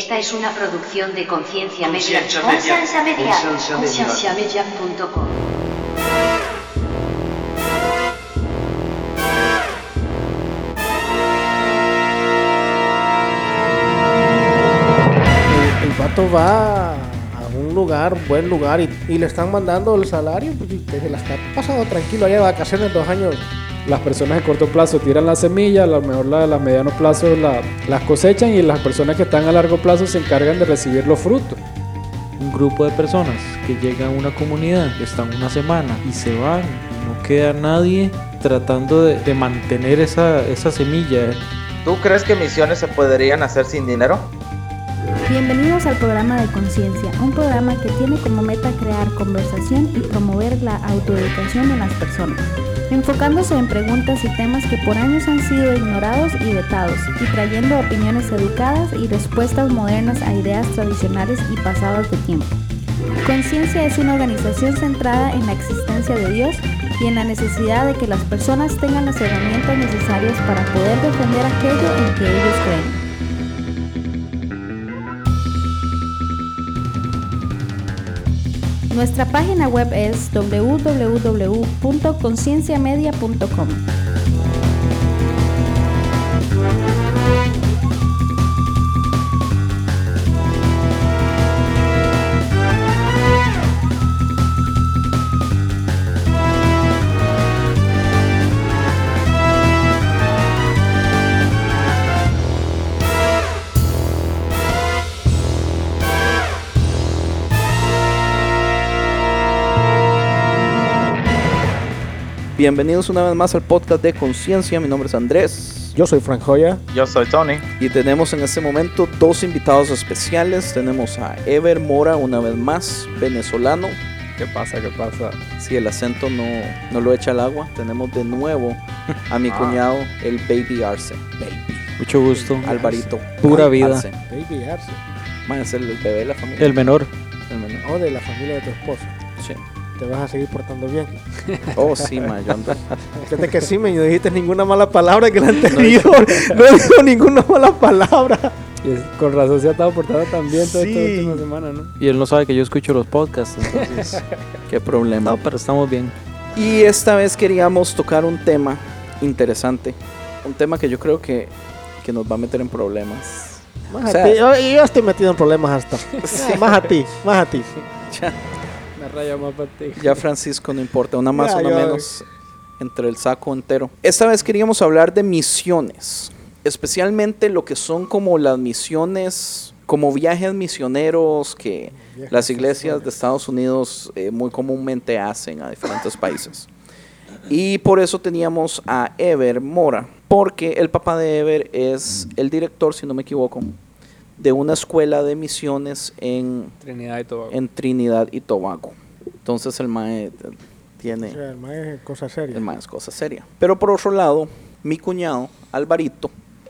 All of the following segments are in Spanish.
Esta es una producción de Conciencia Media. Conciencia Media. Concienciamedia.com. El vato va a un lugar, buen lugar, y le están mandando el salario, pues, y se la está pasando tranquilo allá de vacaciones 2 años. Las personas de corto plazo tiran la semilla, a lo mejor las de mediano plazo las cosechan, y las personas que están a largo plazo se encargan de recibir los frutos. Un grupo de personas que llegan a una comunidad, están una semana y se van, y no queda nadie tratando de mantener esa semilla. ¿Tú crees que misiones se podrían hacer sin dinero? Bienvenidos al programa de Conciencia, un programa que tiene como meta crear conversación y promover la autoeducación en las personas, enfocándose en preguntas y temas que por años han sido ignorados y vetados, y trayendo opiniones educadas y respuestas modernas a ideas tradicionales y pasadas de tiempo. Conciencia es una organización centrada en la existencia de Dios y en la necesidad de que las personas tengan las herramientas necesarias para poder defender aquello en que ellos creen. Nuestra página web es www.concienciamedia.com. Bienvenidos una vez más al podcast de Conciencia. Mi nombre es Andrés. Yo soy Frank Joya. Yo soy Tony. Y tenemos en este momento 2 invitados especiales. Tenemos a Ever Mora, una vez más, venezolano. ¿Qué pasa? Si el acento no lo echa al agua. Tenemos de nuevo a mi cuñado, el Baby Arce. Mucho gusto. Alvarito. Pura vida. Arce. Baby Arce. Va a ser el bebé de la familia. El menor. O de la familia de tu esposo. Sí. Te vas a seguir portando bien. Oh, sí, ma, yo ando. Fíjate que sí, no dijiste ninguna mala palabra que la anterior. No dijo ninguna mala palabra. Con razón se ha estado portando tan bien toda esta Sí. última semana, ¿no? Y él no sabe que yo escucho los podcasts, entonces... Qué problema. No, pero estamos bien. Y esta vez queríamos tocar un tema interesante. Un tema que yo creo que nos va a meter en problemas. Más O sea, a ti. Yo estoy metido en problemas hasta. Más a ti. Ya, Una raya más para ti. ya Francisco, no importa. Una más, Ya, una ya. menos. Entre el saco entero. Esta vez queríamos hablar de misiones. Especialmente lo que son como las misiones, como viajes misioneros que las iglesias de Estados Unidos muy comúnmente hacen a diferentes países. Y por eso teníamos a Ever Mora, porque el papá de Ever es el director, si no me equivoco, de una escuela de misiones en Trinidad y Tobago. Trinidad y Tobago. Entonces el mae tiene... O sea, el mae es cosa seria. El mae es cosa seria. Pero por otro lado, mi cuñado, Alvarito,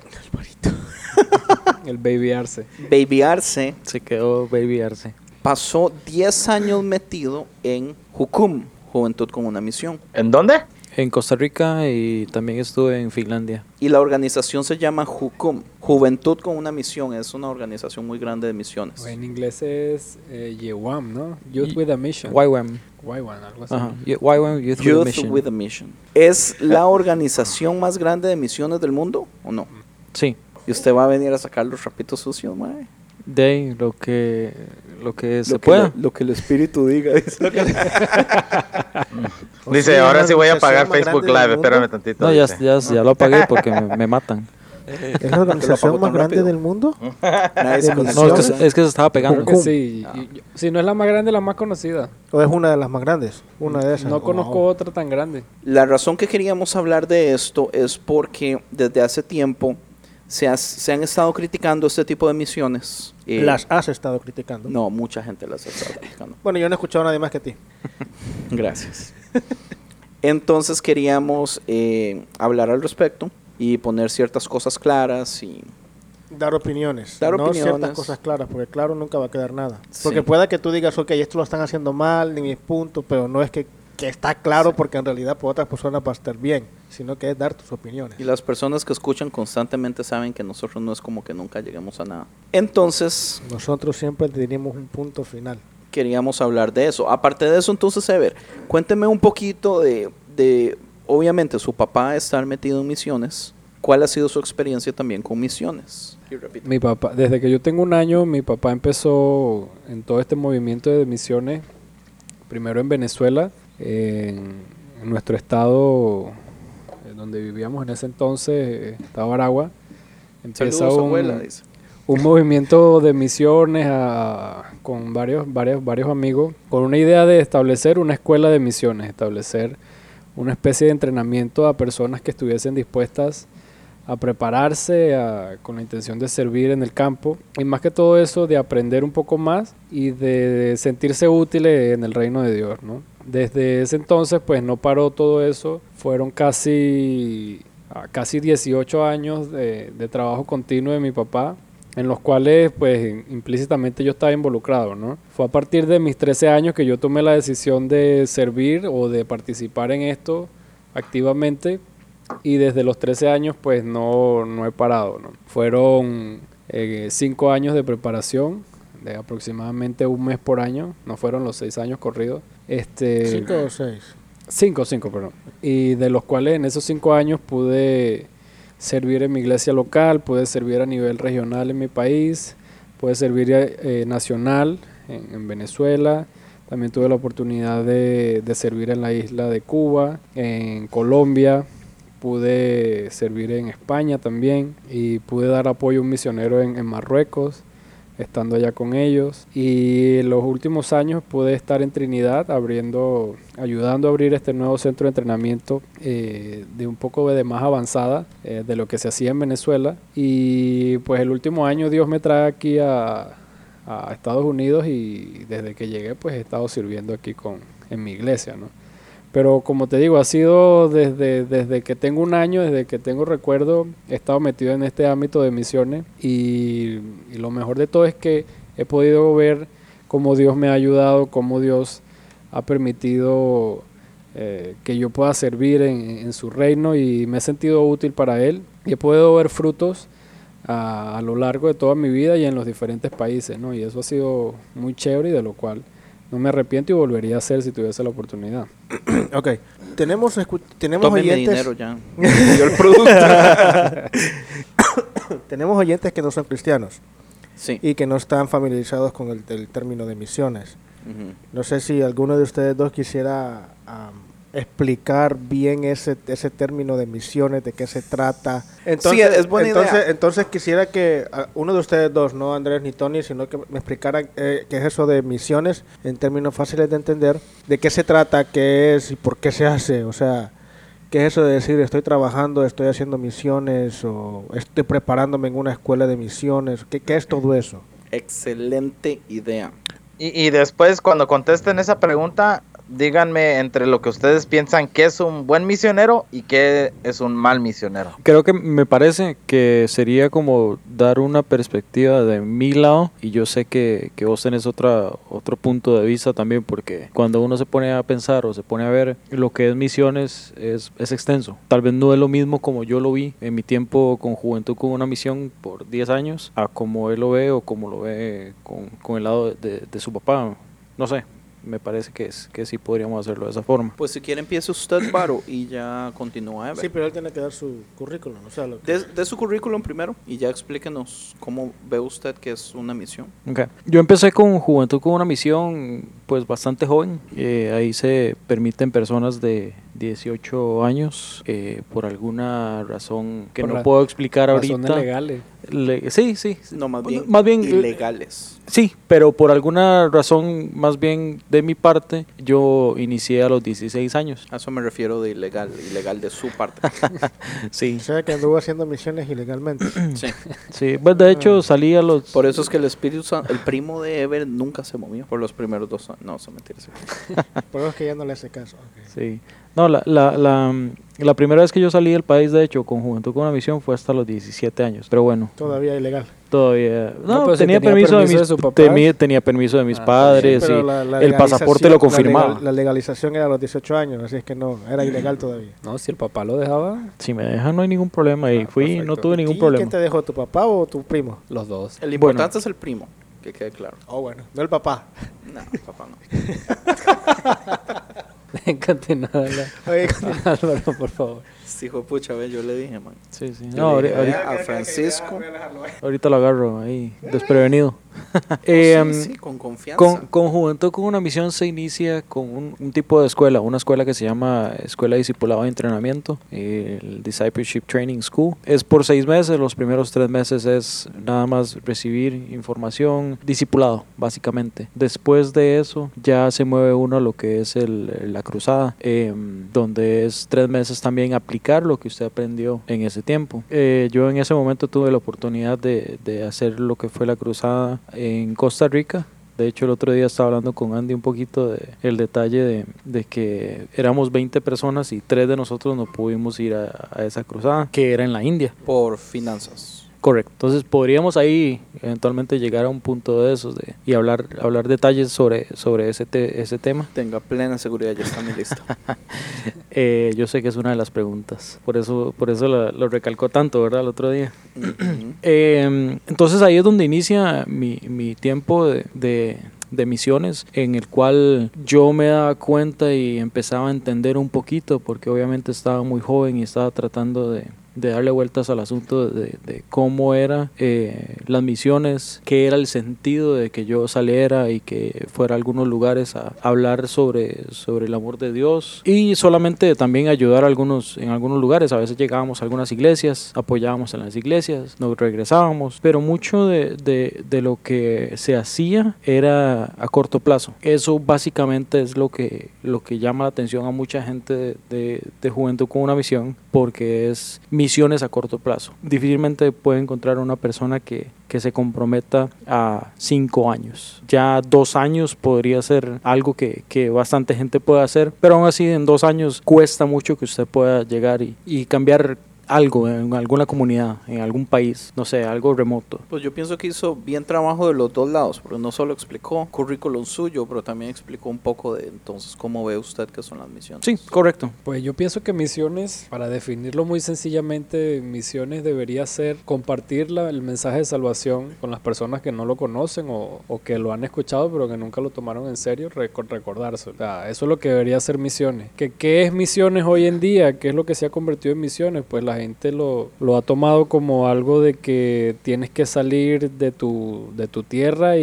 El Baby Arce. Baby Arce, Se quedó Baby Arce. pasó 10 años metido en Jukum, Juventud con una Misión. ¿En dónde? En Costa Rica, y también estuve en Finlandia. Y la organización se llama Jukum, Juventud con una Misión. Es una organización muy grande de misiones. O en inglés es YWAM, ¿no? Youth with a Mission. YWAM. YWAM, algo así. Ajá. YWAM, Youth with a Youth Mission. with a Mission. ¿Es la organización más grande de misiones del mundo o no? Sí. Y usted va a venir a sacar los trapitos sucios, mae. De ahí, lo que se Lo que pueda. lo que el espíritu diga. Dice. Dice, ahora sí voy a pagar Facebook Live, espérame tantito. No, ya lo apagué porque me matan. ¿Es la organización más grande del mundo? Nadie se De conoció. No, es que se estaba pegando. Creo que sí. Si no es la más grande, la más conocida. ¿O es una de las más grandes? Una de esas. No conozco otra tan grande. La razón que queríamos hablar de esto es porque desde hace tiempo se han estado criticando este tipo de misiones. Las has estado criticando. No, mucha gente las ha estado criticando. Bueno, yo no he escuchado a nadie más que a ti. Gracias. Entonces queríamos hablar al respecto y poner ciertas cosas claras y... Dar opiniones. Dar no opiniones. ciertas cosas claras, porque claro nunca va a quedar nada. Sí. Porque pueda que tú digas, ok, esto lo están haciendo mal, en mis puntos, pero no es que que está claro porque en realidad por otras personas va a estar bien, sino que es dar tus opiniones. Y las personas que escuchan constantemente saben que nosotros no es como que nunca lleguemos a nada. Entonces, Nosotros siempre tenemos un punto final. queríamos hablar de eso. Aparte de eso, entonces, Ever, cuénteme un poquito de obviamente, su papá estar metido en misiones. ¿Cuál ha sido su experiencia también con misiones? Y repito. Mi papá, desde que yo tengo 1 año, mi papá empezó en todo este movimiento de misiones, primero en Venezuela, en nuestro estado donde vivíamos en ese entonces, estado Aragua. Empieza Saludos, abuela, dice. un movimiento de misiones con varios amigos, con una idea de establecer una escuela de misiones, establecer una especie de entrenamiento a personas que estuviesen dispuestas a prepararse con la intención de servir en el campo, y más que todo eso de aprender un poco más y de sentirse útiles en el reino de Dios, ¿no? Desde ese entonces pues no paró todo eso, fueron casi 18 años de trabajo continuo de mi papá, en los cuales pues implícitamente yo estaba involucrado, ¿no? Fue a partir de mis 13 años que yo tomé la decisión de servir o de participar en esto activamente, y desde los 13 años pues no he parado, ¿no? Fueron 5 años de preparación, de aproximadamente 1 mes por año, no fueron los 6 años corridos. 5 o 6. 5, perdón. Y de los cuales en esos 5 años pude servir en mi iglesia local, pude servir a nivel regional en mi país, pude servir nacional en Venezuela, también tuve la oportunidad de servir en la isla de Cuba, en Colombia, pude servir en España también, y pude dar apoyo a un misionero en Marruecos, estando allá con ellos, y en los últimos años pude estar en Trinidad ayudando a abrir este nuevo centro de entrenamiento de un poco de más avanzada de lo que se hacía en Venezuela. Y pues el último año Dios me trae aquí a Estados Unidos, y desde que llegué pues he estado sirviendo aquí en mi iglesia, ¿no? Pero como te digo, ha sido desde que tengo 1 año, desde que tengo recuerdo, he estado metido en este ámbito de misiones, y lo mejor de todo es que he podido ver cómo Dios me ha ayudado, cómo Dios ha permitido que yo pueda servir en su reino, y me he sentido útil para Él, y he podido ver frutos a lo largo de toda mi vida y en los diferentes países, ¿no? Y eso ha sido muy chévere, y de lo cual no me arrepiento y volvería a hacer si tuviese la oportunidad. Ok, tenemos Tómeme oyentes. dinero ya. Yo el producto. Tenemos oyentes que no son cristianos Sí. y que no están familiarizados con el término de misiones. Ujú. No sé si alguno de ustedes dos quisiera explicar bien ese término de misiones, de qué se trata. Entonces, es buena idea. Entonces quisiera que uno de ustedes dos, no Andrés ni Tony, sino que me explicara qué es eso de misiones en términos fáciles de entender, de qué se trata, qué es y por qué se hace. O sea, qué es eso de decir estoy trabajando, estoy haciendo misiones, o estoy preparándome en una escuela de misiones. ¿Qué es todo eso? Excelente idea. Y después, cuando contesten esa pregunta, díganme entre lo que ustedes piensan que es un buen misionero y que es un mal misionero. Creo que me parece que sería como dar una perspectiva de mi lado, y yo sé que vos tenés otro punto de vista también, porque cuando uno se pone a pensar o se pone a ver lo que es misiones es extenso. Tal vez no es lo mismo como yo lo vi en mi tiempo con Juventud con una Misión por 10 años, a como él lo ve o como lo ve con el lado de su papá. No sé. Me parece que sí podríamos hacerlo de esa forma. Pues si quiere empiece usted, Varo, y ya continúa Ever. Sí, pero él tiene que dar su currículum, o sea, lo que... De su currículum primero y ya explíquenos cómo ve usted que es una misión. Okay. Yo empecé con Juventud con una Misión pues bastante joven. Ahí se permiten personas de 18 años por alguna razón que no puedo explicar ahorita. Razones legales. Sí. No, más bien ilegales. Sí, pero por alguna razón más bien de mi parte, yo inicié a los 16 años. A eso me refiero de ilegal de su parte. Sí. O sea, que anduvo haciendo misiones ilegalmente. Sí. Sí, pues de hecho salí a los... Por eso es que el Espíritu Santo, el primo de Ever nunca se movió por los primeros 2 años. No, se mentira. Sí. Por eso es que ya no le hace caso. Okay. Sí. No, la primera vez que yo salí del país, de hecho, con Juventud con una Misión fue hasta los 17 años. Pero bueno, Todavía ilegal. todavía... No, No, pero si tenía tenía permiso de permiso mis de su papá. tenía permiso de mis padres Pero y la el legalización- pasaporte lo confirmaba. La legalización era a los 18 años, así es que no, era ilegal todavía. No, si el papá lo dejaba, Si me dejan no hay ningún problema y fui, no perfecto. tuve ningún ¿Y problema. quién te dejó, tu papá o tu primo? los dos. El importante es el primo, que quede claro. Oh, bueno, no el papá. No, papá no. Continúa, Oye, Álvaro, por favor. Este hijo de pucha, ve, yo le dije, man. Sí, sí. Yo No, le dije, ahorita, a Francisco. ahorita lo agarro ahí, desprevenido. Sí, con confianza. Con Juventud con una Misión se inicia con un tipo de escuela, una escuela que se llama Escuela de Discipulado de Entrenamiento, el Discipleship Training School. Es por 6 meses, los primeros 3 meses es nada más recibir información, discipulado, básicamente. Después de eso ya se mueve uno a lo que es la cruzada, donde es 3 meses también aplicar lo que usted aprendió en ese tiempo. Yo en ese momento tuve la oportunidad de hacer lo que fue la cruzada en Costa Rica. De hecho, el otro día estaba hablando con Andy un poquito de el detalle de que éramos 20 personas y 3 de nosotros no pudimos ir a esa cruzada, que era en la India. Por finanzas. Correcto. Entonces podríamos ahí eventualmente llegar a un punto de esos y hablar detalles sobre ese tema. Tenga plena seguridad, ya está mi lista. Yo sé que es una de las preguntas. Por eso lo recalcó tanto, ¿verdad? El otro día. Ujú. Entonces ahí es donde inicia mi tiempo de misiones, en el cual yo me daba cuenta y empezaba a entender un poquito, porque obviamente estaba muy joven y estaba tratando de darle vueltas al asunto de cómo era las misiones, qué era el sentido de que yo saliera y que fuera a algunos lugares a hablar sobre el amor de Dios, y solamente también ayudar en algunos lugares. A veces llegábamos a algunas iglesias, apoyábamos en las iglesias, nos regresábamos, pero mucho de lo que se hacía era a corto plazo. Eso básicamente es lo que llama la atención a mucha gente de Juventud con una Misión, porque es misiones a corto plazo. Difícilmente puede encontrar una persona que se comprometa a 5 años. Ya 2 años podría ser algo que bastante gente puede hacer, pero aún así en 2 años cuesta mucho que usted pueda llegar y cambiar algo en alguna comunidad, en algún país, no sé, algo remoto. Pues yo pienso que hizo bien trabajo de los dos lados, porque no solo explicó currículum suyo, pero también explicó un poco de entonces cómo ve usted que son las misiones. Sí, correcto. Pues yo pienso que misiones, para definirlo muy sencillamente, misiones debería ser compartir el mensaje de salvación con las personas que no lo conocen o que lo han escuchado pero que nunca lo tomaron en serio, recordarse. O sea, eso es lo que debería ser misiones. ¿Qué es misiones hoy en día? ¿Qué es lo que se ha convertido en misiones? Pues la gente lo ha tomado como algo de que tienes que salir de tu tierra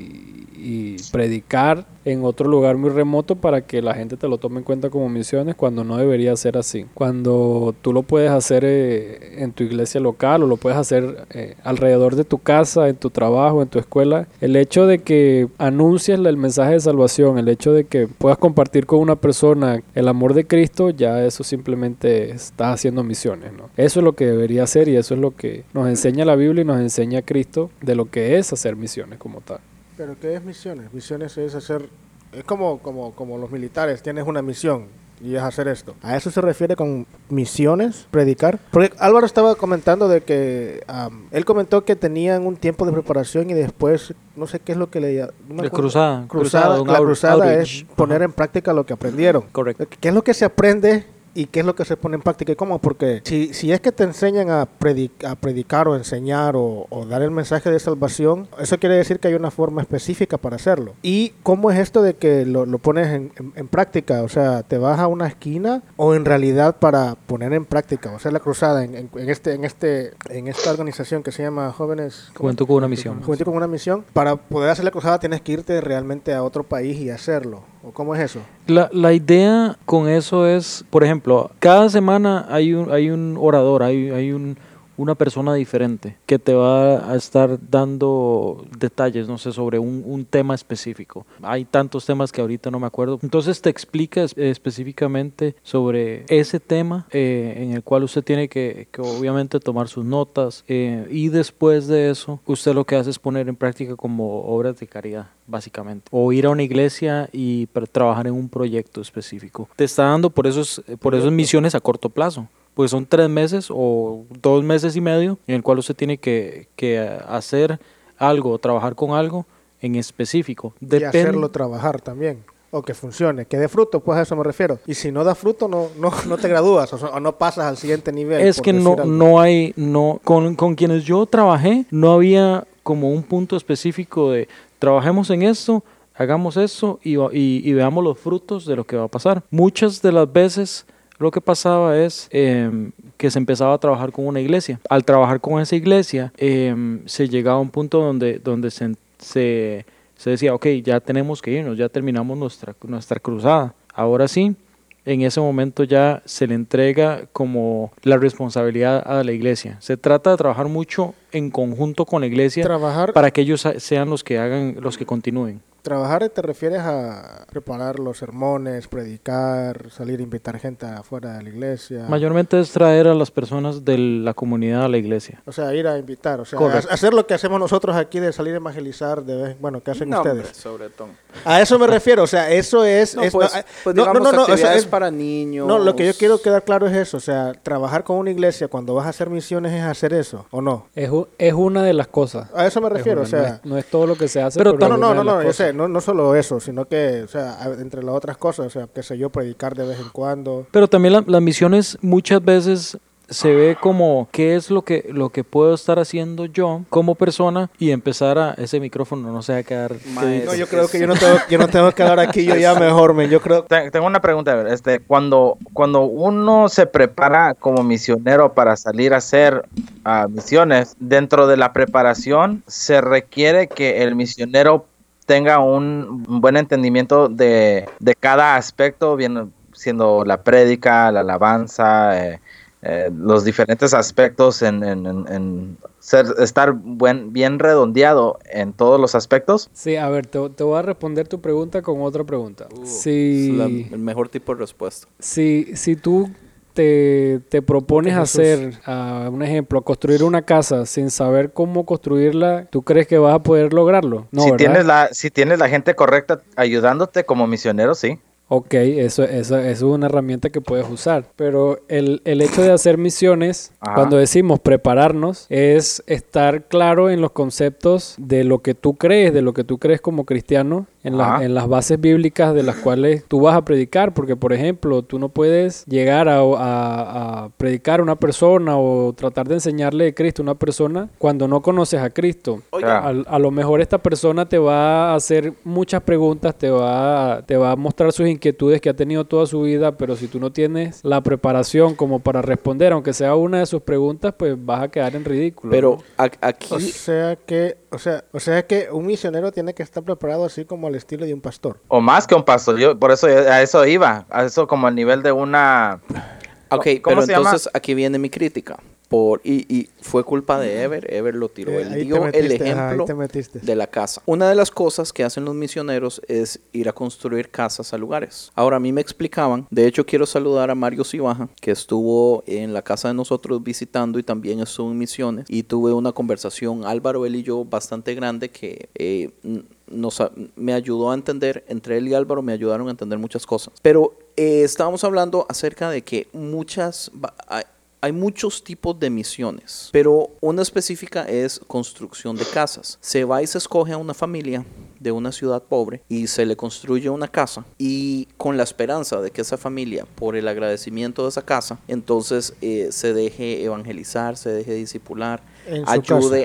y predicar en otro lugar muy remoto para que la gente te lo tome en cuenta como misiones, cuando no debería ser así. Cuando tú lo puedes hacer en tu iglesia local o lo puedes hacer alrededor de tu casa, en tu trabajo, en tu escuela, el hecho de que anuncies el mensaje de salvación, el hecho de que puedas compartir con una persona el amor de Cristo, ya eso simplemente estás haciendo misiones, ¿no? Eso es lo que debería ser, y eso es lo que nos enseña la Biblia y nos enseña Cristo de lo que es hacer misiones como tal. ¿Pero qué es misiones? Misiones es hacer... Es como los militares, tienes una misión y es hacer esto. ¿A eso se refiere con misiones, predicar? Porque Álvaro estaba comentando de que... él comentó que tenían un tiempo de preparación y después, no sé qué es lo que le... La cruzada. La cruzada outreach. es poner en práctica lo que aprendieron. Correcto. ¿Qué es lo que se aprende y qué es lo que se pone en práctica? ¿Y cómo? Porque si es que te enseñan a predicar o enseñar o dar el mensaje de salvación, eso quiere decir que hay una forma específica para hacerlo. ¿Y cómo es esto de que lo pones en práctica? O sea, ¿te vas a una esquina o en realidad para poner en práctica? O sea, la cruzada en esta organización que se llama Juventud con una Misión. Juventud con una Misión. Para poder hacer la cruzada tienes que irte realmente a otro país y hacerlo. ¿O cómo es eso? La idea con eso es, por ejemplo, cada semana hay un orador, hay un una persona diferente que te va a estar dando detalles, no sé, sobre un tema específico. Hay tantos temas que ahorita no me acuerdo. Entonces te explica específicamente sobre ese tema en el cual usted tiene que obviamente tomar sus notas y después de eso usted lo que hace es poner en práctica como obras de caridad, básicamente, o ir a una iglesia y trabajar en un proyecto específico. Te está dando por eso es misiones a corto plazo, pues son 3 meses o 2 meses y medio en el cual usted tiene que hacer algo, trabajar con algo en específico. Y hacerlo trabajar también. O que funcione, que dé fruto, pues a eso me refiero. Y si no da fruto, no te gradúas o no pasas al siguiente nivel. Es que con quienes yo trabajé, no había como un punto específico de trabajemos en esto, hagamos eso y veamos los frutos de lo que va a pasar. Muchas de las veces lo que pasaba es que se empezaba a trabajar con una iglesia. Al trabajar con esa iglesia, se llegaba a un punto donde se decía, ok, ya tenemos que irnos, ya terminamos nuestra cruzada. Ahora sí, en ese momento ya se le entrega como la responsabilidad a la iglesia. Se trata de trabajar mucho en conjunto con la iglesia para que ellos sean los que continúen. Trabajar te refieres a preparar los sermones, predicar, salir a invitar gente afuera de la iglesia. Mayormente es traer a las personas de la comunidad a la iglesia. O sea, ir a invitar, o sea, Correcto. hacer lo que hacemos nosotros aquí de salir a evangelizar, ¿qué hacen ustedes? Hombre, sobre todo. A eso me refiero, o sea, eso es... actividades para niños. No, lo que yo quiero quedar claro es eso, o sea, trabajar con una iglesia cuando vas a hacer misiones es hacer eso, ¿o no? Es una de las cosas. A eso me refiero, o sea... No es todo lo que se hace, pero es una de las yo cosas. sé, no solo eso, sino que, o sea, entre las otras cosas, o sea, qué sé yo, predicar de vez en cuando. Pero también las misiones muchas veces se ve como qué es lo que puedo estar haciendo yo como persona y empezar a ese micrófono no se va a quedar. No, yo creo que yo no tengo que hablar aquí, yo ya mejor, yo creo. Tengo una pregunta, a ver, cuando uno se prepara como misionero para salir a hacer misiones, dentro de la preparación se requiere que el misionero tenga un buen entendimiento de cada aspecto, bien siendo la prédica, la alabanza, los diferentes aspectos en estar bien redondeado en todos los aspectos. Sí, a ver, te voy a responder tu pregunta con otra pregunta. Es el mejor tipo de respuesta. Si tú te propones hacer, un ejemplo, construir una casa sin saber cómo construirla, ¿tú crees que vas a poder lograrlo? No, si tienes la gente correcta ayudándote como misionero, sí. Ok, eso es una herramienta que puedes usar. Pero el hecho de hacer misiones, cuando decimos prepararnos, es estar claro en los conceptos de lo que tú crees como cristiano, en las bases bíblicas de las cuales tú vas a predicar. Porque, por ejemplo, tú no puedes llegar a predicar a una persona o tratar de enseñarle de Cristo a una persona cuando no conoces a Cristo. A lo mejor esta persona te va a hacer muchas preguntas, te va a mostrar sus inquietudes que ha tenido toda su vida, pero si tú no tienes la preparación como para responder, aunque sea una de sus preguntas, pues vas a quedar en ridículo. Pero aquí... O sea que un misionero tiene que estar preparado así como al estilo de un pastor. O más que un pastor, yo por eso a eso iba, a eso como al nivel de una... Ok, pero entonces aquí viene mi crítica. Y fue culpa de Ever lo tiró. Él dio el ejemplo de la casa. Una de las cosas que hacen los misioneros es ir a construir casas a lugares. Ahora, a mí me explicaban, de hecho quiero saludar a Mario Cibaja, que estuvo en la casa de nosotros visitando y también estuvo en misiones. Y tuve una conversación, Álvaro, él y yo, bastante grande que... me ayudó a entender, entre él y Álvaro me ayudaron a entender muchas cosas. Pero estábamos hablando acerca de que hay muchos tipos de misiones, pero una específica es construcción de casas. Se va y se escoge a una familia de una ciudad pobre y se le construye una casa y con la esperanza de que esa familia, por el agradecimiento de esa casa, entonces se deje evangelizar, se deje discipular, ayude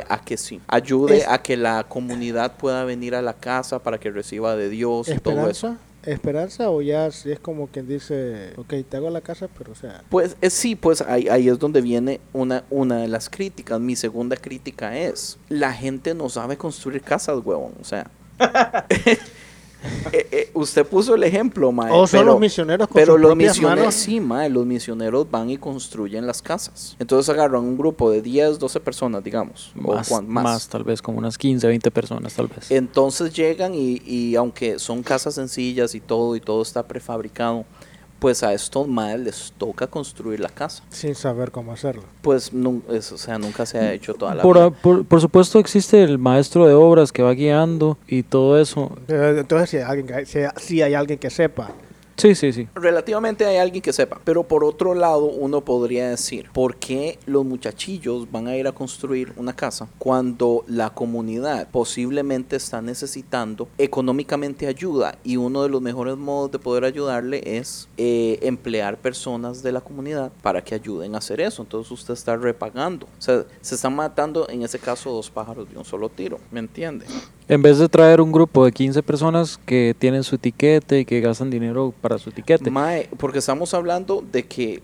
a que la comunidad pueda venir a la casa para que reciba de Dios y todo eso. ¿Esperanza o ya es como quien dice, ok, te hago la casa, pero o sea... Pues sí, pues ahí es donde viene una de las críticas. Mi segunda crítica es, la gente no sabe construir casas, huevón, o sea... Usted puso el ejemplo, mae. O son los misioneros con pero sus los propias misioneros, manos. sí, mae, los misioneros van y construyen las casas. Entonces agarran un grupo de 10, 12 personas, digamos. Más, tal vez, como unas 15, 20 personas, tal vez. Entonces llegan y aunque son casas sencillas y todo está prefabricado, pues a estos maes les toca construir la casa. Sin saber cómo hacerlo. Pues nunca se ha hecho toda la vida. Por supuesto existe el maestro de obras que va guiando y todo eso. Entonces, si hay alguien que sepa. Sí. Relativamente hay alguien que sepa, pero por otro lado uno podría decir, ¿por qué los muchachillos van a ir a construir una casa cuando la comunidad posiblemente está necesitando económicamente ayuda? Y uno de los mejores modos de poder ayudarle es emplear personas de la comunidad para que ayuden a hacer eso. Entonces usted está repagando, o sea, se están matando en ese caso 2 pájaros de un solo tiro, ¿me entiende? En vez de traer un grupo de 15 personas que tienen su etiquete y que gastan dinero para su etiquete. Mae, porque estamos hablando de que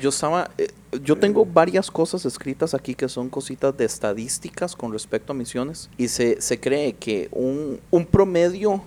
yo tengo varias cosas escritas aquí que son cositas de estadísticas con respecto a misiones y se cree que un promedio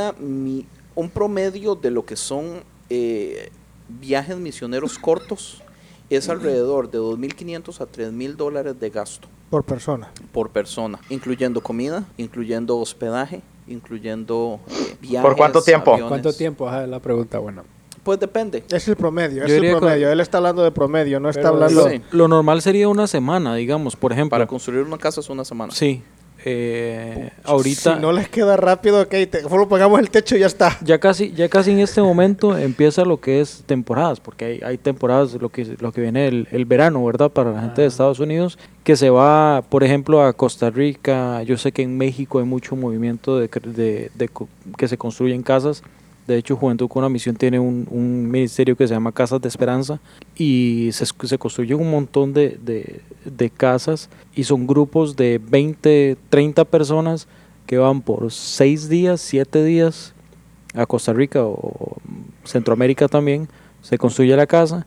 un promedio de lo que son viajes misioneros cortos es alrededor de $2,500 a $3,000 de gasto. Por persona. Por persona, incluyendo comida, incluyendo hospedaje, incluyendo viajes. ¿Por cuánto tiempo? aviones. ¿Cuánto tiempo? Ajá, la pregunta buena. Pues depende. Es el promedio, Yo diría Él está hablando de promedio, no está Pero hablando... sí. Lo normal sería una semana, digamos, por ejemplo. Para construir una casa es una semana. Sí. Ahorita... Si no les queda rápido, ok, solo pagamos el techo y ya está. Ya casi en este momento empieza lo que es temporadas, porque hay temporadas, lo que viene el verano, ¿verdad? Para la gente de Estados Unidos, que se va, por ejemplo, a Costa Rica. Yo sé que en México hay mucho movimiento de que se construyen casas. De hecho, Juventud con una Misión tiene un ministerio que se llama Casas de Esperanza y se construyen un montón de casas y son grupos de 20, 30 personas que van por 6 días, 7 días a Costa Rica o Centroamérica también. Se construye la casa,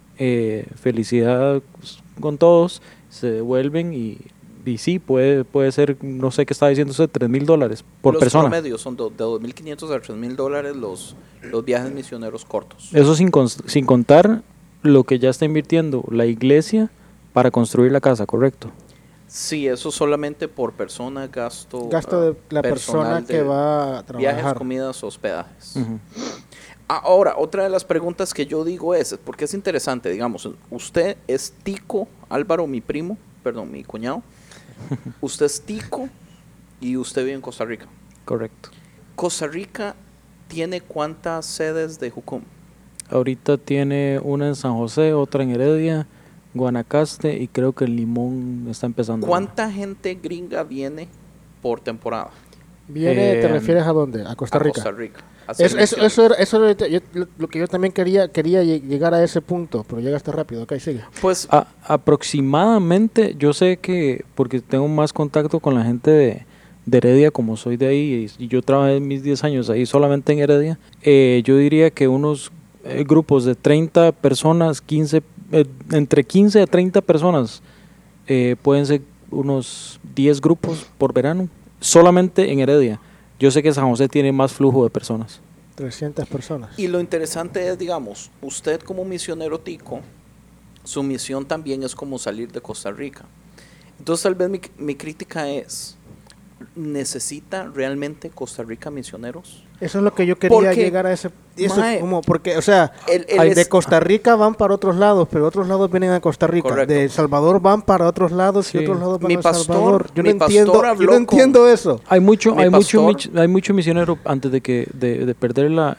felicidad con todos, se devuelven y sí, puede ser, no sé qué está diciendo usted, $3,000 por persona. Los promedios son de $2,500 a $3,000 los viajes misioneros cortos. Eso sin contar lo que ya está invirtiendo la iglesia para construir la casa, ¿correcto? Sí, eso solamente por persona, gasto De la personal persona que va a viajes, trabajar. comidas, hospedajes. Ujú. Ahora, otra de las preguntas que yo digo porque es interesante, digamos, usted es tico, Álvaro, mi cuñado, usted es tico y usted vive en Costa Rica. Correcto. Costa Rica tiene ¿cuántas sedes de Jucum? Ahorita tiene una en San José, otra en Heredia, Guanacaste y creo que en Limón está empezando. ¿Cuánta gente gringa viene por temporada ¿Te refieres a dónde? ¿A Costa a Rica? Costa Rica? a hacer Eso misiones? era lo que yo también quería llegar a ese punto, pero llegaste rápido. Ok, sigue. Pues Aproximadamente, yo sé que, porque tengo más contacto con la gente de Heredia, como soy de ahí, y yo trabajé mis 10 años ahí solamente en Heredia, yo diría que unos grupos de 30 personas, entre 15 a 30 personas, pueden ser unos 10 grupos por verano, solamente en Heredia. Yo sé que San José tiene más flujo de personas. 300 personas. y lo interesante es, digamos, usted como misionero tico, su misión también es como salir de Costa Rica. Entonces tal vez mi crítica es, ¿necesita realmente Costa Rica misioneros? Eso es lo que yo quería Porque, llegar a ese... Eso, mae, porque, o sea, de Costa Rica van para otros lados, pero otros lados vienen a Costa Rica. Correcto. De El Salvador van para otros lados Sí. y otros lados van Mi a El pastor- Salvador. Yo mi no pastor habló yo no entiendo eso. Hay mucho pastor- misionero antes de perder la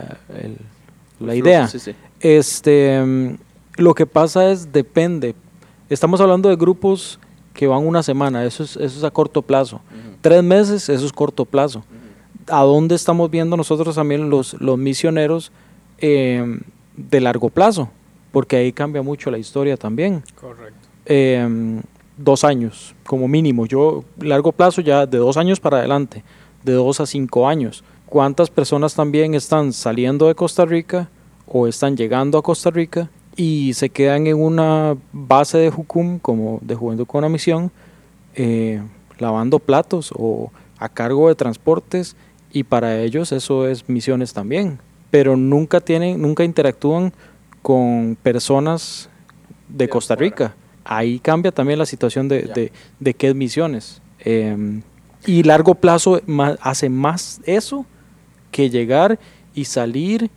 El idea. flujo, sí. Lo que pasa es, depende. Estamos hablando de grupos que van una semana, eso es a corto plazo. 3 meses, eso es corto plazo. ¿A dónde estamos viendo nosotros también los misioneros de largo plazo? Porque ahí cambia mucho la historia también. Correcto. 2 años, como mínimo. Yo, largo plazo ya de 2 años para adelante, de 2 a 5 años. ¿Cuántas personas también están saliendo de Costa Rica o están llegando a Costa Rica y se quedan en una base de Jucum, como de Juventud con una Misión, lavando platos o a cargo de transportes y para ellos eso es misiones también, pero nunca interactúan con personas de Costa Rica. Ahí cambia también la situación de qué es misiones. Y largo plazo hace más eso que llegar y salir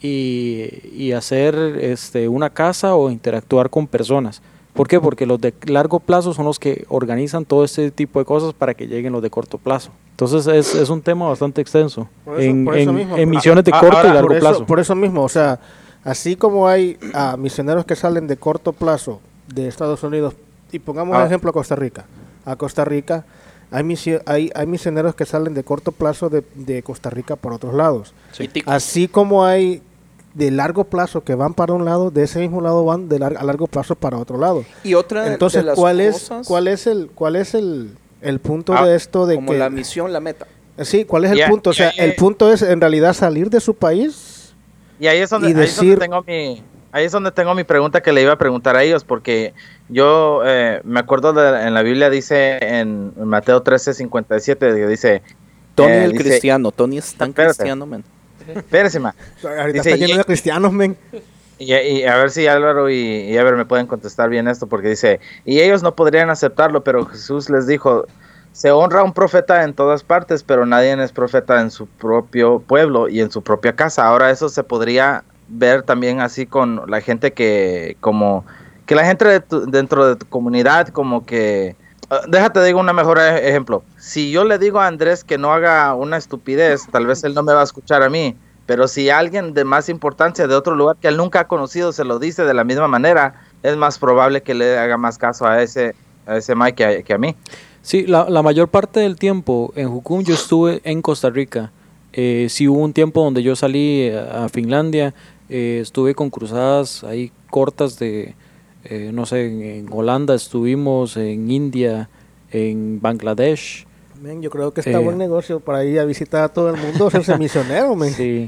y hacer una casa o interactuar con personas. ¿Por qué? Porque los de largo plazo son los que organizan todo este tipo de cosas para que lleguen los de corto plazo. Entonces es un tema bastante extenso Por eso mismo, en misiones de corto y largo plazo. Por eso mismo, o sea, así como hay misioneros que salen de corto plazo de Estados Unidos, y pongamos ejemplo a Costa Rica. A Costa Rica hay misioneros que salen de corto plazo de Costa Rica por otros lados. Sí. Así como hay de largo plazo que van para un lado, de ese mismo lado van a largo plazo para otro lado. Y otra Entonces, de las ¿cuál es el punto de esto de como que la misión, la meta? Sí, ¿cuál es el punto? O sea, el punto es en realidad salir de su país y ahí es donde, ahí es donde tengo mi pregunta que le iba a preguntar a ellos, porque yo me acuerdo en la Biblia dice en Mateo 13:57 que dice Tony el cristiano, Tony es tan cristiano, man. Espérese, ma. Ahorita Dice, está lleno de cristianos, men. Y a ver si Álvaro y Ever me pueden contestar bien esto, porque dice, y ellos no podrían aceptarlo, pero Jesús les dijo, se honra a un profeta en todas partes, pero nadie es profeta en su propio pueblo y en su propia casa. Ahora eso se podría ver también así con la gente que la gente dentro de tu comunidad como que... déjate digo un mejor ejemplo. Si yo le digo a Andrés que no haga una estupidez, tal vez él no me va a escuchar a mí. Pero si alguien de más importancia de otro lugar que él nunca ha conocido se lo dice de la misma manera, es más probable que le haga más caso a ese Mike que a mí. Sí, la mayor parte del tiempo en Jukum yo estuve en Costa Rica. Sí hubo un tiempo donde yo salí a Finlandia, estuve con cruzadas ahí cortas de... no sé, en Holanda estuvimos, en India, en Bangladesh. Men, yo creo que está buen negocio para ir a visitar a todo el mundo, hacerse misionero, men. Sí.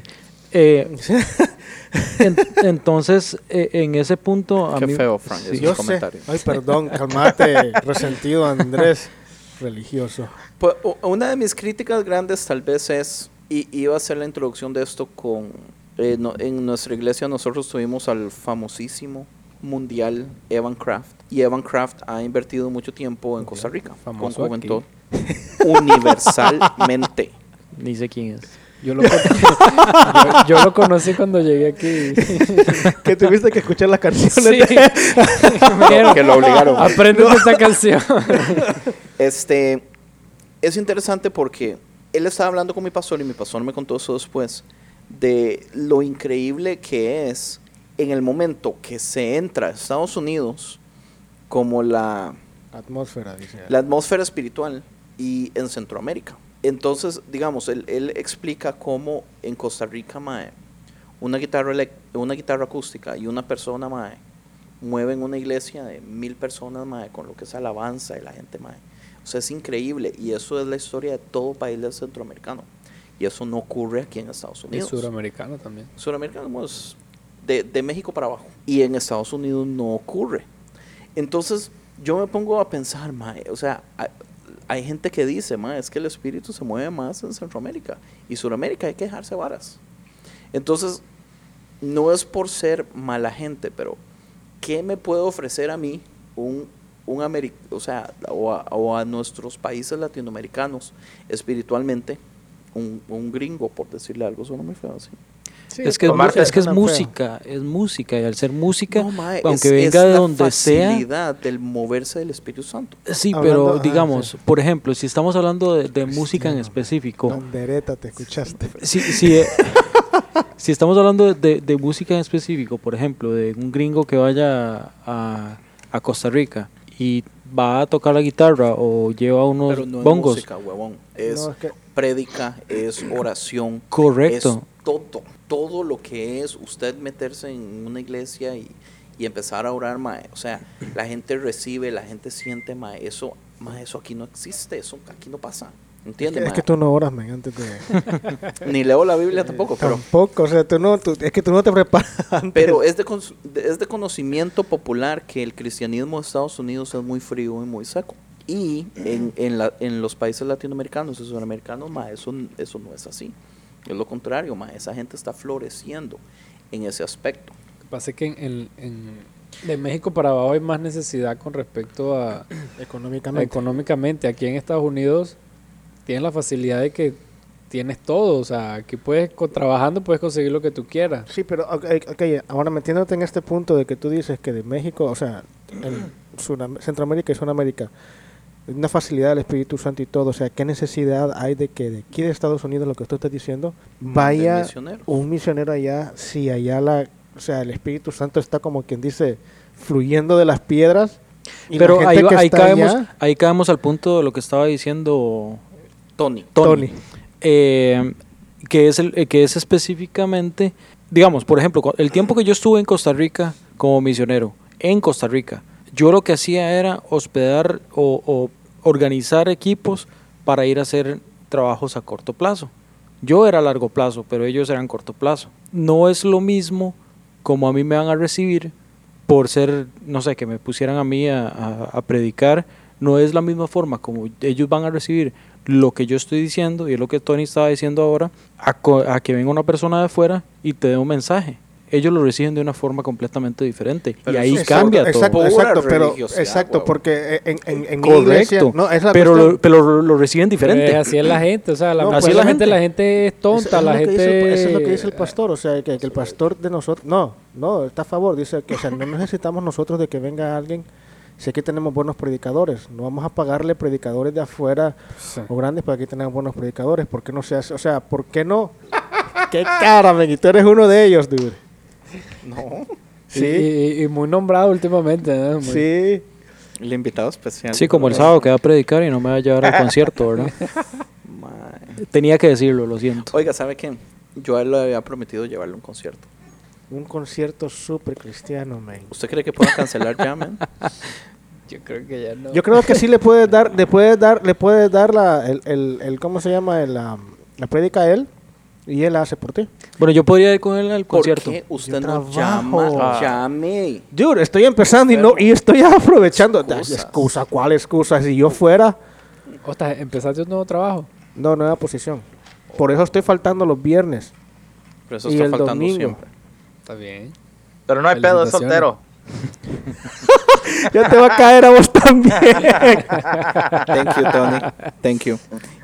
Entonces, en ese punto... Qué feo, Frank, sí, yo sé. Ay, perdón, calmate, resentido Andrés, religioso. Pues, una de mis críticas grandes tal vez es, y iba a hacer la introducción de esto con... en nuestra iglesia nosotros tuvimos al famosísimo mundial Evan Kraft, y Evan Kraft ha invertido mucho tiempo en Costa Rica, con Juventud universalmente. Ni sé quién es. Yo lo conocí cuando llegué aquí. Que tuviste que escuchar las canciones. Sí. Que lo obligaron. Aprende esta canción. Es interesante porque él estaba hablando con mi pastor y mi pastor me contó eso después, de lo increíble que es en el momento que se entra a Estados Unidos como la atmósfera, dice. La atmósfera espiritual y en Centroamérica. Entonces, digamos, él explica cómo en Costa Rica, mae, una guitarra acústica y una persona, mae, mueven una iglesia de 1000 personas, mae, con lo que es alabanza y la gente, mae. O sea, es increíble, y eso es la historia de todo país del centroamericano. Y eso no ocurre aquí en Estados Unidos. Y suramericano también. Suramericano, pues, de México para abajo. Y en Estados Unidos no ocurre. Entonces, yo me pongo a pensar, mae, o sea, hay gente que dice, mae, es que el espíritu se mueve más en Centroamérica. Y Suramérica hay que dejarse varas. Entonces, no es por ser mala gente, pero ¿qué me puede ofrecer a mí o a nuestros países latinoamericanos espiritualmente un gringo, por decirle algo? Suena muy feo así. Sí, es que es música, y al ser música, no, mae, aunque venga de donde sea, la facilidad del moverse del Espíritu Santo. Sí, pero digamos, sí. Por ejemplo, si estamos hablando de música en específico, Bandereta, te escuchaste. Si estamos hablando de música en específico, por ejemplo, de un gringo que vaya a Costa Rica y va a tocar la guitarra o lleva unos pero no bongos. Es música, huevón. Es prédica, es oración. Correcto. Es todo lo que es usted meterse en una iglesia y empezar a orar, mae. O sea, la gente recibe, la gente siente, mae. Eso aquí no existe, eso aquí no pasa. ¿Entiendes, mae? Es que tú no oras, man, antes de... Ni leo la Biblia tampoco, pero... Tampoco, o sea, es que tú no te preparas antes. Pero es de conocimiento popular que el cristianismo de Estados Unidos es muy frío y muy seco. Y en los países latinoamericanos y sudamericanos, ma, eso no es así. Es lo contrario, ma, esa gente está floreciendo en ese aspecto. Lo que pasa es que de México para abajo hay más necesidad con respecto a económicamente. Aquí en Estados Unidos tienes la facilidad de que tienes todo, o sea, aquí trabajando puedes conseguir lo que tú quieras. Sí, pero ahora metiéndote en este punto de que tú dices que de México, o sea, en Centroamérica y Sudamérica, una facilidad del Espíritu Santo y todo, o sea, ¿qué necesidad hay de que de aquí de Estados Unidos, lo que tú estás diciendo, vaya un misionero allá, si allá o sea, el Espíritu Santo está como quien dice, fluyendo de las piedras? Y pero la gente ahí caemos al punto de lo que estaba diciendo Tony. Que es específicamente, digamos, por ejemplo, el tiempo que yo estuve en Costa Rica como misionero, en Costa Rica, yo lo que hacía era hospedar o organizar equipos para ir a hacer trabajos a corto plazo. Yo era a largo plazo, pero ellos eran corto plazo. No es lo mismo como a mí me van a recibir por ser, no sé, que me pusieran a mí a predicar. No es la misma forma como ellos van a recibir lo que yo estoy diciendo, y es lo que Tony estaba diciendo ahora, a que venga una persona de afuera y te dé un mensaje. Ellos lo reciben de una forma completamente diferente. Pero y ahí eso cambia todo. Exacto, porque en mi Correcto, iglesia... No, es la pero lo reciben diferente. Así es la gente, o sea, así es la gente. La gente es tonta, la gente... Eso es lo que dice el pastor, o sea, que el pastor de nosotros... No, está a favor, dice que o sea, no necesitamos nosotros de que venga alguien. Si aquí tenemos buenos predicadores, no vamos a pagarle predicadores de afuera o grandes, para que aquí tenemos buenos predicadores. ¿Por qué no se hace? O sea, ¿por qué no? ¡Qué cara, men! Y tú eres uno de ellos, dude. No. Sí. Y muy nombrado últimamente, ¿no? Sí. El invitado especial. Sí, como el sábado que va a predicar y no me va a llevar al concierto, ¿verdad? Tenía que decirlo, lo siento. Oiga, ¿sabe qué? Yo a él le había prometido llevarle un concierto. Un concierto súper cristiano, man. ¿Usted cree que pueda cancelar ya, man? Yo creo que ya no. Yo creo que sí le puedes dar el ¿cómo se llama? La prédica a él, y él la hace por ti. Bueno, yo podría ir con él al concierto. ¿Por qué usted Yo no trabajo. llame? Dude, estoy empezando y estoy aprovechando. ¿Cuál excusa? Si yo fuera... ¿Empezaste un nuevo trabajo? No, nueva posición. Por eso estoy faltando los viernes. Pero eso Y está el faltando domingo. siempre. Está bien. Pero no hay pedo, es soltero. Ya te va a caer a vos también. Thank you, Tony. Thank you.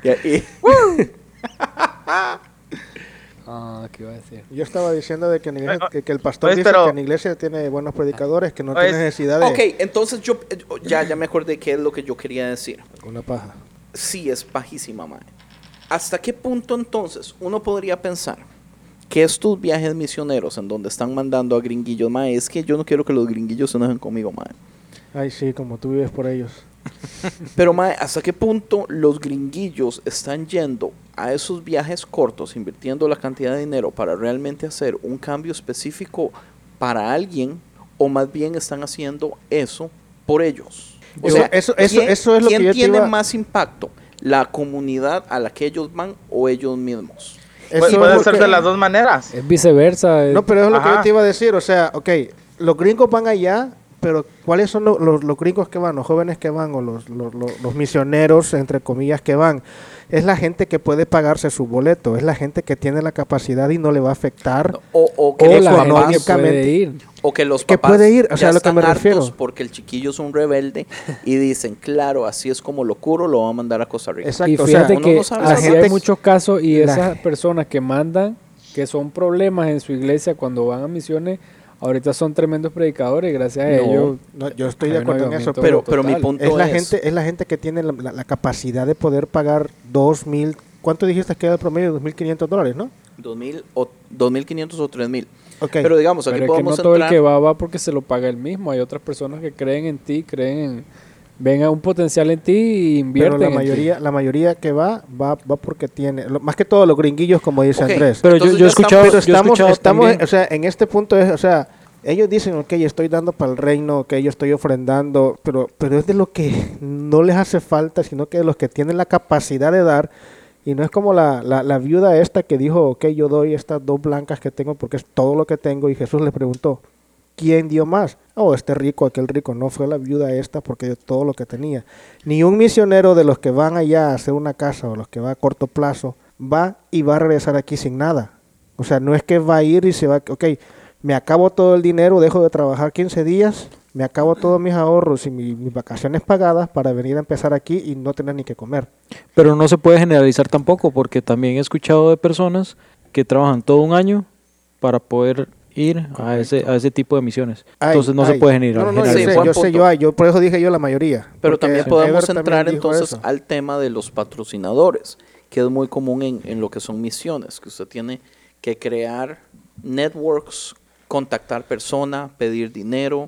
¿Qué iba a decir? Yo estaba diciendo de que, en la iglesia, que el pastor Oye, dice pero- que en la iglesia tiene buenos predicadores, que no Oye, tiene necesidad de... Ok, entonces yo ya me acordé qué es lo que yo quería decir. Una paja. Sí, es bajísima, mae. ¿Hasta qué punto entonces uno podría pensar que estos viajes misioneros en donde están mandando a gringuillos, mae, es que yo no quiero que los gringuillos se enojen conmigo, mae? Ay, sí, como tú vives por ellos. Pero, mae, ¿hasta qué punto los gringuillos están yendo a esos viajes cortos, invirtiendo la cantidad de dinero para realmente hacer un cambio específico para alguien, o más bien están haciendo eso por ellos? O Eso- sea, eso es lo que ¿quién yo te tiene iba- más impacto? ¿La comunidad a la que ellos van o ellos mismos? Eso es Puede porque- ser de las dos maneras. Es viceversa. No, pero eso es lo que Ajá. yo te iba a decir. O sea, ok, los gringos van allá, pero ¿cuáles son los gringos que van? Los jóvenes que van, o los misioneros, entre comillas, que van. Es la gente que puede pagarse su boleto. Es la gente que tiene la capacidad y no le va a afectar. O que O los la gente papás, que puede ir. o que los que papás puede ir, o sea, ya a lo que están me refiero. hartos porque el chiquillo es un rebelde y dicen, claro, así es como lo curo, lo va a mandar a Costa Rica. Exacto. Y o sea, fíjate uno que no sabe así esa hay gente- muchos casos y la- esas personas que mandan, que son problemas en su iglesia cuando van a misiones, ahorita son tremendos predicadores, gracias a No. ellos. no, yo estoy de Hay un acuerdo en eso, avivamiento pero pero mi total. punto es la gente que tiene la capacidad de poder pagar 2,000. ¿Cuánto dijiste que era el promedio? $2,500, ¿no? 2,000 o 2,500 o 3,000. Ok. Pero digamos, aquí Pero es que no podemos todo el entrar. que va porque se lo paga él mismo. Hay otras personas que creen en ti, ven a un potencial en ti y invierten Pero en ti. la mayoría que va porque tiene, más que todo los gringuillos, como dice Ok, Andrés. Pero Entonces yo he ya escuchado, Pero yo he escuchado estamos, también- o sea, en este punto es, o sea, ellos dicen, ok, estoy dando para el reino, ok, yo estoy ofrendando, pero es de lo que no les hace falta, sino que de los que tienen la capacidad de dar, y no es como la viuda esta que dijo, ok, yo doy estas 2 blancas que tengo porque es todo lo que tengo, y Jesús le preguntó, ¿quién dio más? Oh, este rico, aquel rico. No fue la viuda esta porque dio todo lo que tenía. Ni un misionero de los que van allá a hacer una casa o los que va a corto plazo va y va a regresar aquí sin nada. O sea, no es que va a ir y se va, ok, me acabo todo el dinero, dejo de trabajar 15 días, me acabo todos mis ahorros y mis vacaciones pagadas para venir a empezar aquí y no tener ni que comer. Pero no se puede generalizar tampoco, porque también he escuchado de personas que trabajan todo un año para poder ir a ese tipo de misiones. Entonces no se puede generalizar. sí, yo sé, yo por eso dije yo la mayoría. Pero Porque también podemos Ever entrar también dijo entonces eso. al tema de los patrocinadores, que es muy común en lo que son misiones, que usted tiene que crear networks, contactar personas, pedir dinero,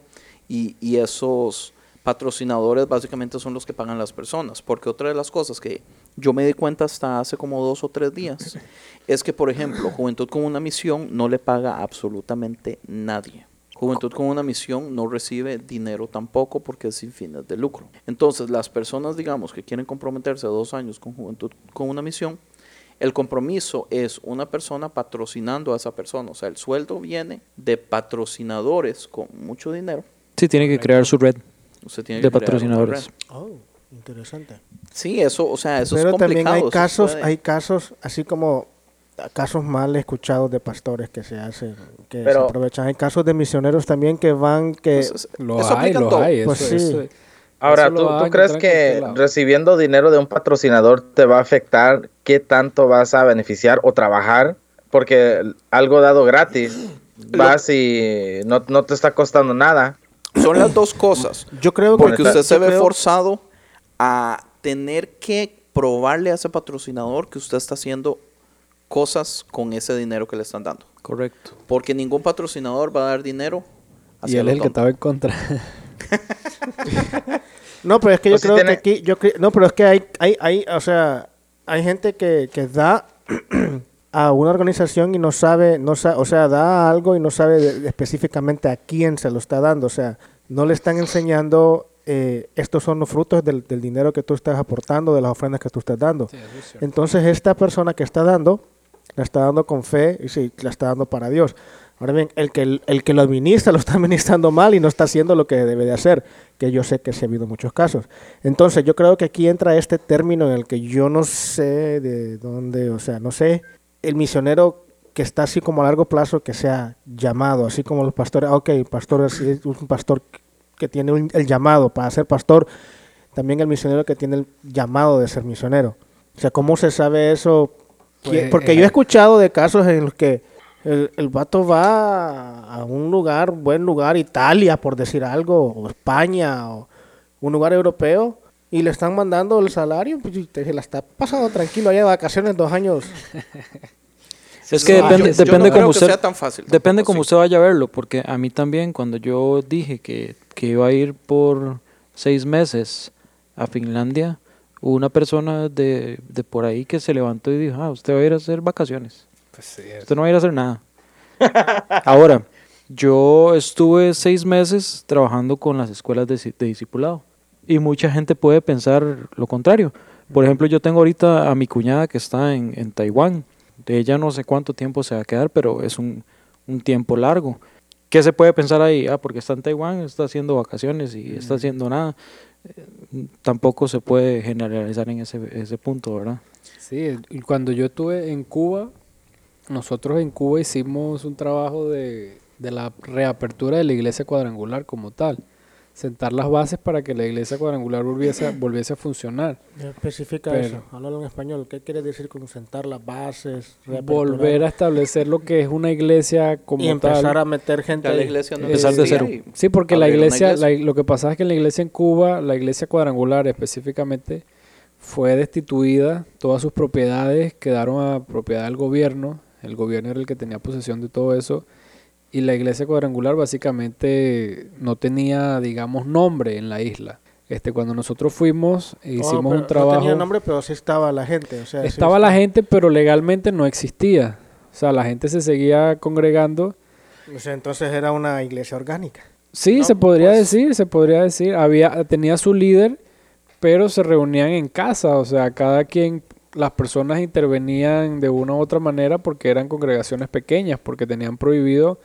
y esos patrocinadores básicamente son los que pagan las personas. Porque otra de las cosas que yo me di cuenta hasta hace como 2 o 3 días es que, por ejemplo, Juventud con una Misión no le paga absolutamente nadie. Juventud con una Misión no recibe dinero tampoco porque es sin fines de lucro. Entonces, las personas, digamos, que quieren comprometerse 2 años con Juventud con una Misión, el compromiso es una persona patrocinando a esa persona. O sea, el sueldo viene de patrocinadores con mucho dinero. Sí, tiene que crear su red Usted tiene de que crear una patrocinadores. red. Oh, interesante. Sí, eso, o sea, eso Pero es complicado. también eso hay puede- casos, así como casos mal escuchados de pastores que se hacen, que se Pero- aprovechan. Hay casos de misioneros también que van, que pues, eso Los aplica en todo. hay. Pues eso, sí. eso- Ahora, eso lo ¿tú van a crees encontrar en que cualquier lado. recibiendo dinero de un patrocinador te va a afectar qué tanto vas a beneficiar o trabajar? Porque algo dado gratis, vas y no te está costando nada. Son las dos cosas. yo creo que Porque usted se yo ve creo- forzado a tener que probarle a ese patrocinador que usted está haciendo cosas con ese dinero que le están dando. Correcto. Porque ningún patrocinador va a dar dinero Y hacia él lo es el que tonto. estaba en contra. No, pero es que yo Pues sí creo tiene- que aquí, no, pero es que hay, o sea, hay gente que da a una organización y no sabe, o sea, da algo y no sabe específicamente a quién se lo está dando, o sea, no le están enseñando, estos son los frutos del dinero que tú estás aportando, de las ofrendas que tú estás dando. Entonces esta persona que está dando, la está dando con fe y sí, la está dando para Dios. Ahora bien, el que lo administra lo está administrando mal y no está haciendo lo que debe de hacer, que yo sé que sí ha habido muchos casos. Entonces yo creo que aquí entra este término en el que yo no sé de dónde, o sea, no sé, el misionero que está así como a largo plazo que sea llamado, así como los pastores, ok, el pastor es un pastor que tiene el llamado para ser pastor, también el misionero que tiene el llamado de ser misionero. O sea, ¿cómo se sabe eso? Pues, Porque yo he escuchado de casos en los que el vato va a un lugar, buen lugar, Italia, por decir algo, o España, o un lugar europeo, y le están mandando el salario, pues, y se la está pasando tranquilo allá de vacaciones 2 años. Es que No, depende, yo no depende creo como que usted, sea tan fácil depende tampoco, como sí. usted vaya a verlo, porque a mí también cuando yo dije que iba a ir por 6 meses a Finlandia, hubo una persona de por ahí que se levantó y dijo, usted va a ir a hacer vacaciones, usted no va a ir a hacer nada. Ahora, yo estuve 6 meses trabajando con las escuelas de discipulado y mucha gente puede pensar lo contrario. Por ejemplo, yo tengo ahorita a mi cuñada que está en Taiwán. De ella no sé cuánto tiempo se va a quedar, pero es un tiempo largo. ¿Qué se puede pensar ahí? Porque está en Taiwán, está haciendo vacaciones y está haciendo nada. Tampoco se puede generalizar en ese punto, ¿verdad? Sí, y cuando yo estuve en Cuba, nosotros en Cuba hicimos un trabajo de la reapertura de la iglesia cuadrangular como tal. Sentar las bases para que la iglesia cuadrangular volviese a funcionar. Especifica Pero- eso, háblalo en español. ¿Qué quiere decir con sentar las bases? Volver a establecer lo que es una iglesia como y empezar tal. a meter gente Ya la ahí. iglesia no Empezar de existía cero. y Sí, porque la abrieron una iglesia, lo que pasa es que la iglesia en Cuba, la iglesia cuadrangular específicamente, fue destituida, todas sus propiedades quedaron a propiedad del gobierno, el gobierno era el que tenía posesión de todo eso, y la iglesia cuadrangular básicamente no tenía, digamos, nombre en la isla. Cuando nosotros fuimos, hicimos un trabajo... No tenía nombre, pero sí estaba la gente. O sea, sí Estaba la gente, pero legalmente no existía. O sea, la gente se seguía congregando. O sea, entonces era una iglesia orgánica. Sí, No, se podría pues- decir. Tenía su líder, pero se reunían en casa. O sea, cada quien, las personas intervenían de una u otra manera porque eran congregaciones pequeñas, porque tenían prohibido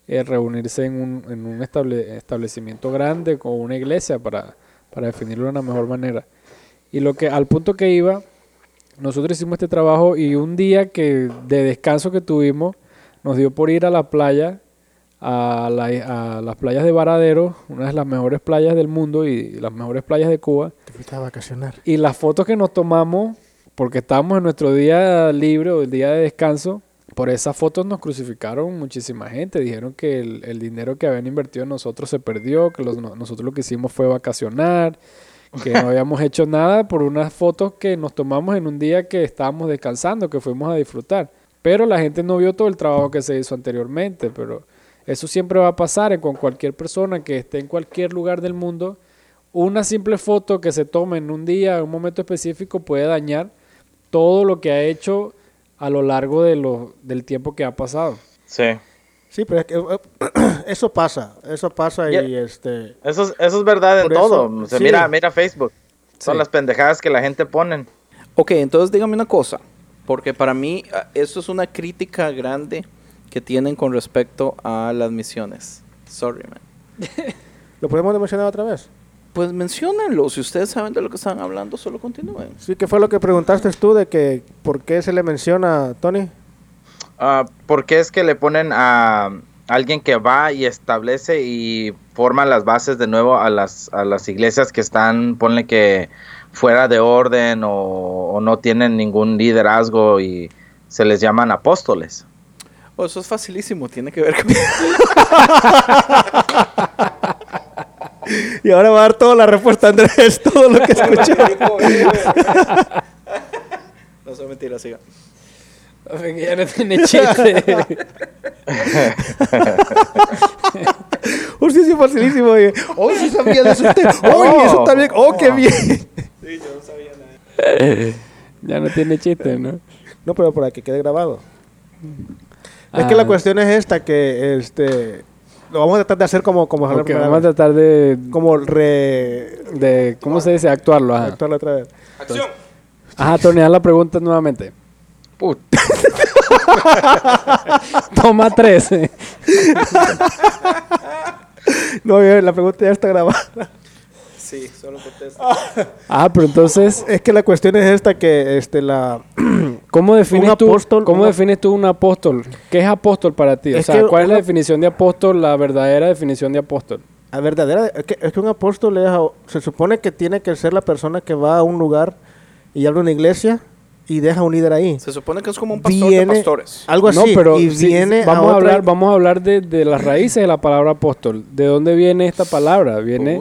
reunirse en un establecimiento grande con una iglesia para definirlo de una mejor manera. Y al punto que iba, nosotros hicimos este trabajo y un día de descanso que tuvimos, nos dio por ir a la playa, a las playas de Varadero, una de las mejores playas del mundo y las mejores playas de Cuba. Te fuiste a vacacionar. Y las fotos que nos tomamos, porque estábamos en nuestro día libre o el día de descanso, por esas fotos nos crucificaron muchísima gente. Dijeron que el dinero que habían invertido en nosotros se perdió, que nosotros lo que hicimos fue vacacionar, que no habíamos hecho nada por unas fotos que nos tomamos en un día que estábamos descansando, que fuimos a disfrutar. Pero la gente no vio todo el trabajo que se hizo anteriormente, pero eso siempre va a pasar con cualquier persona que esté en cualquier lugar del mundo. Una simple foto que se tome en un día, en un momento específico, puede dañar todo lo que ha hecho a lo largo del tiempo que ha pasado. Sí. Sí, pero es que eso pasa y Eso es verdad en por todo. eso, O sea, sí. mira Facebook. Son Sí. las pendejadas que la gente ponen. Ok, entonces dígame una cosa, porque para mí esto es una crítica grande que tienen con respecto a las misiones. Sorry, man. ¿Lo podemos mencionar otra vez? Pues menciónenlo, si ustedes saben de lo que están hablando, solo continúen. Sí, ¿qué fue lo que preguntaste tú de que por qué se le menciona, Tony? ¿Por qué es que le ponen a alguien que va y establece y forma las bases de nuevo a las iglesias que están, ponle que fuera de orden o no tienen ningún liderazgo y se les llaman apóstoles? Oh, eso es facilísimo, tiene que ver con... Y ahora va a dar toda la respuesta, Andrés, todo lo que escuché. No, son mentiras, siga. Ya no tiene chiste. Sí, sí, facilísimo. Oh, sí sabía de eso usted. Oh, y eso también. Oh, qué bien. Sí, yo no sabía nada. Ya no tiene chiste, ¿no? No, pero para que quede grabado. Es que la cuestión es esta, que lo vamos a tratar de hacer como Ok, vamos a tratar de ¿cómo se dice? Actuarlo, ajá. actuarlo otra vez. ¡Acción! Ajá, Tony, haz la pregunta nuevamente. Put. Toma 3. No, la pregunta ya está grabada. Sí, solo contesta. Ah, pero entonces, Es que la cuestión es esta, que ¿cómo defines Un apóstol, ¿cómo una- defines tú un apóstol? ¿Qué es apóstol para ti? O Es sea, que ¿cuál es la una- definición de apóstol, la verdadera definición de apóstol? la verdadera, es que un apóstol se supone que tiene que ser la persona que va a un lugar y abre una iglesia y deja un líder ahí. Se supone que es como un pastor de pastores. Algo así, No, pero y sí, viene vamos a otra- vamos a hablar de las raíces de la palabra apóstol. ¿De dónde viene esta palabra? Viene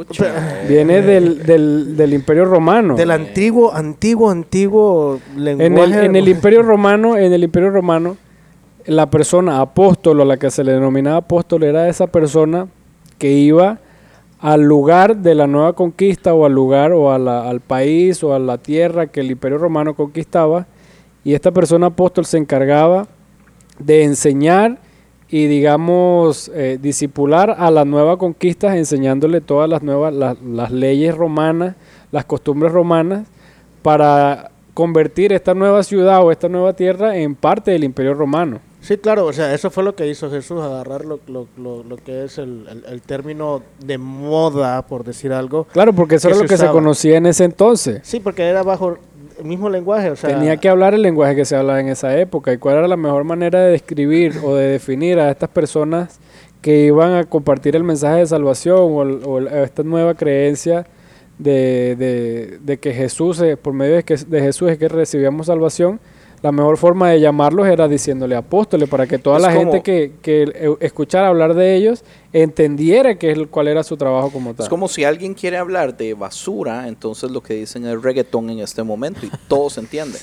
del Imperio Romano. del antiguo lenguaje. En el Imperio Romano, la persona apóstol, o la que se le denominaba apóstol, era esa persona que iba al lugar de la nueva conquista, o al lugar o al país o a la tierra que el Imperio Romano conquistaba, y esta persona apóstol se encargaba de enseñar y, digamos, discipular a las nuevas conquistas, enseñándole todas las leyes romanas, las costumbres romanas, para convertir esta nueva ciudad o esta nueva tierra en parte del Imperio Romano. Sí, claro, o sea, eso fue lo que hizo Jesús, agarrar lo que es el término de moda, por decir algo. Claro, porque eso Que era se lo que se usaba. conocía en ese entonces. Sí, porque era bajo el mismo lenguaje, o sea... Tenía que hablar el lenguaje que se hablaba en esa época. ¿Y cuál era la mejor manera de describir o de definir a estas personas que iban a compartir el mensaje de salvación o esta nueva creencia de que Jesús, por medio de Jesús es que recibíamos salvación? La mejor forma de llamarlos era diciéndole apóstoles, para que toda Es la como- gente que escuchara hablar de ellos entendiera cuál era su trabajo como tal. Es como si alguien quiere hablar de basura, entonces lo que dicen es reggaetón en este momento y todo se entiende.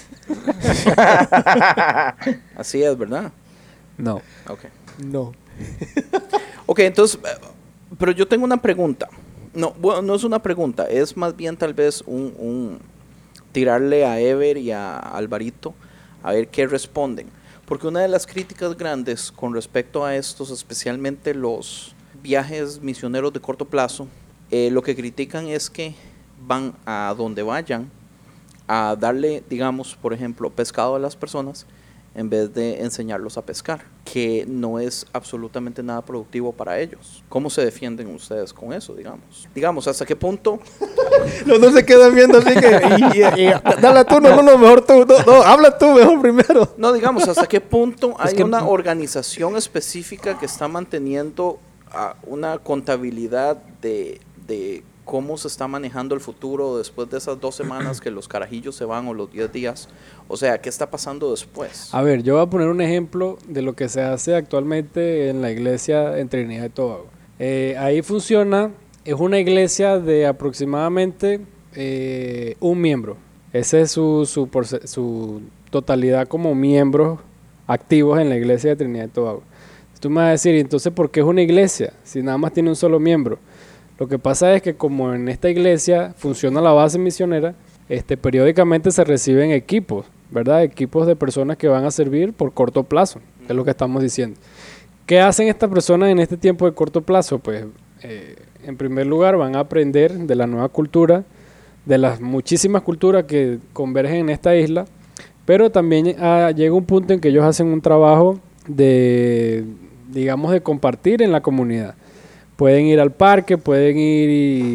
Así es, ¿verdad? No. Ok. No. Ok, entonces, pero yo tengo una pregunta. No, bueno, no es una pregunta, es más bien tal vez un tirarle a Ever y a Alvarito a ver qué responden. Porque una de las críticas grandes con respecto a estos, especialmente los viajes misioneros de corto plazo, lo que critican es que van a donde vayan a darle, digamos, por ejemplo, pescado a las personas en vez de enseñarlos a pescar, que no es absolutamente nada productivo para ellos. ¿Cómo se defienden ustedes con eso, digamos? Digamos, ¿hasta qué punto? Los dos se quedan viendo así que... dale tú, no, mejor tú. No, habla tú mejor primero. No, digamos, ¿hasta qué punto hay una organización específica que está manteniendo una contabilidad de cómo se está manejando el futuro después de esas 2 semanas que los carajillos se van o los 10 días? O sea, ¿qué está pasando después? A ver, yo voy a poner un ejemplo de lo que se hace actualmente en la iglesia en Trinidad y Tobago. Ahí funciona, es una iglesia de aproximadamente 1 miembro. Esa es su totalidad como miembros activos en la iglesia de Trinidad y Tobago. Tú me vas a decir, entonces, ¿por qué es una iglesia si nada más tiene un solo miembro? Lo que pasa es que como en esta iglesia funciona la base misionera, periódicamente se reciben equipos, ¿verdad? Equipos de personas que van a servir por corto plazo, es lo que estamos diciendo. ¿Qué hacen estas personas en este tiempo de corto plazo? Pues, en primer lugar, van a aprender de la nueva cultura, de las muchísimas culturas que convergen en esta isla, pero también llega un punto en que ellos hacen un trabajo de compartir en la comunidad. Pueden ir al parque, pueden ir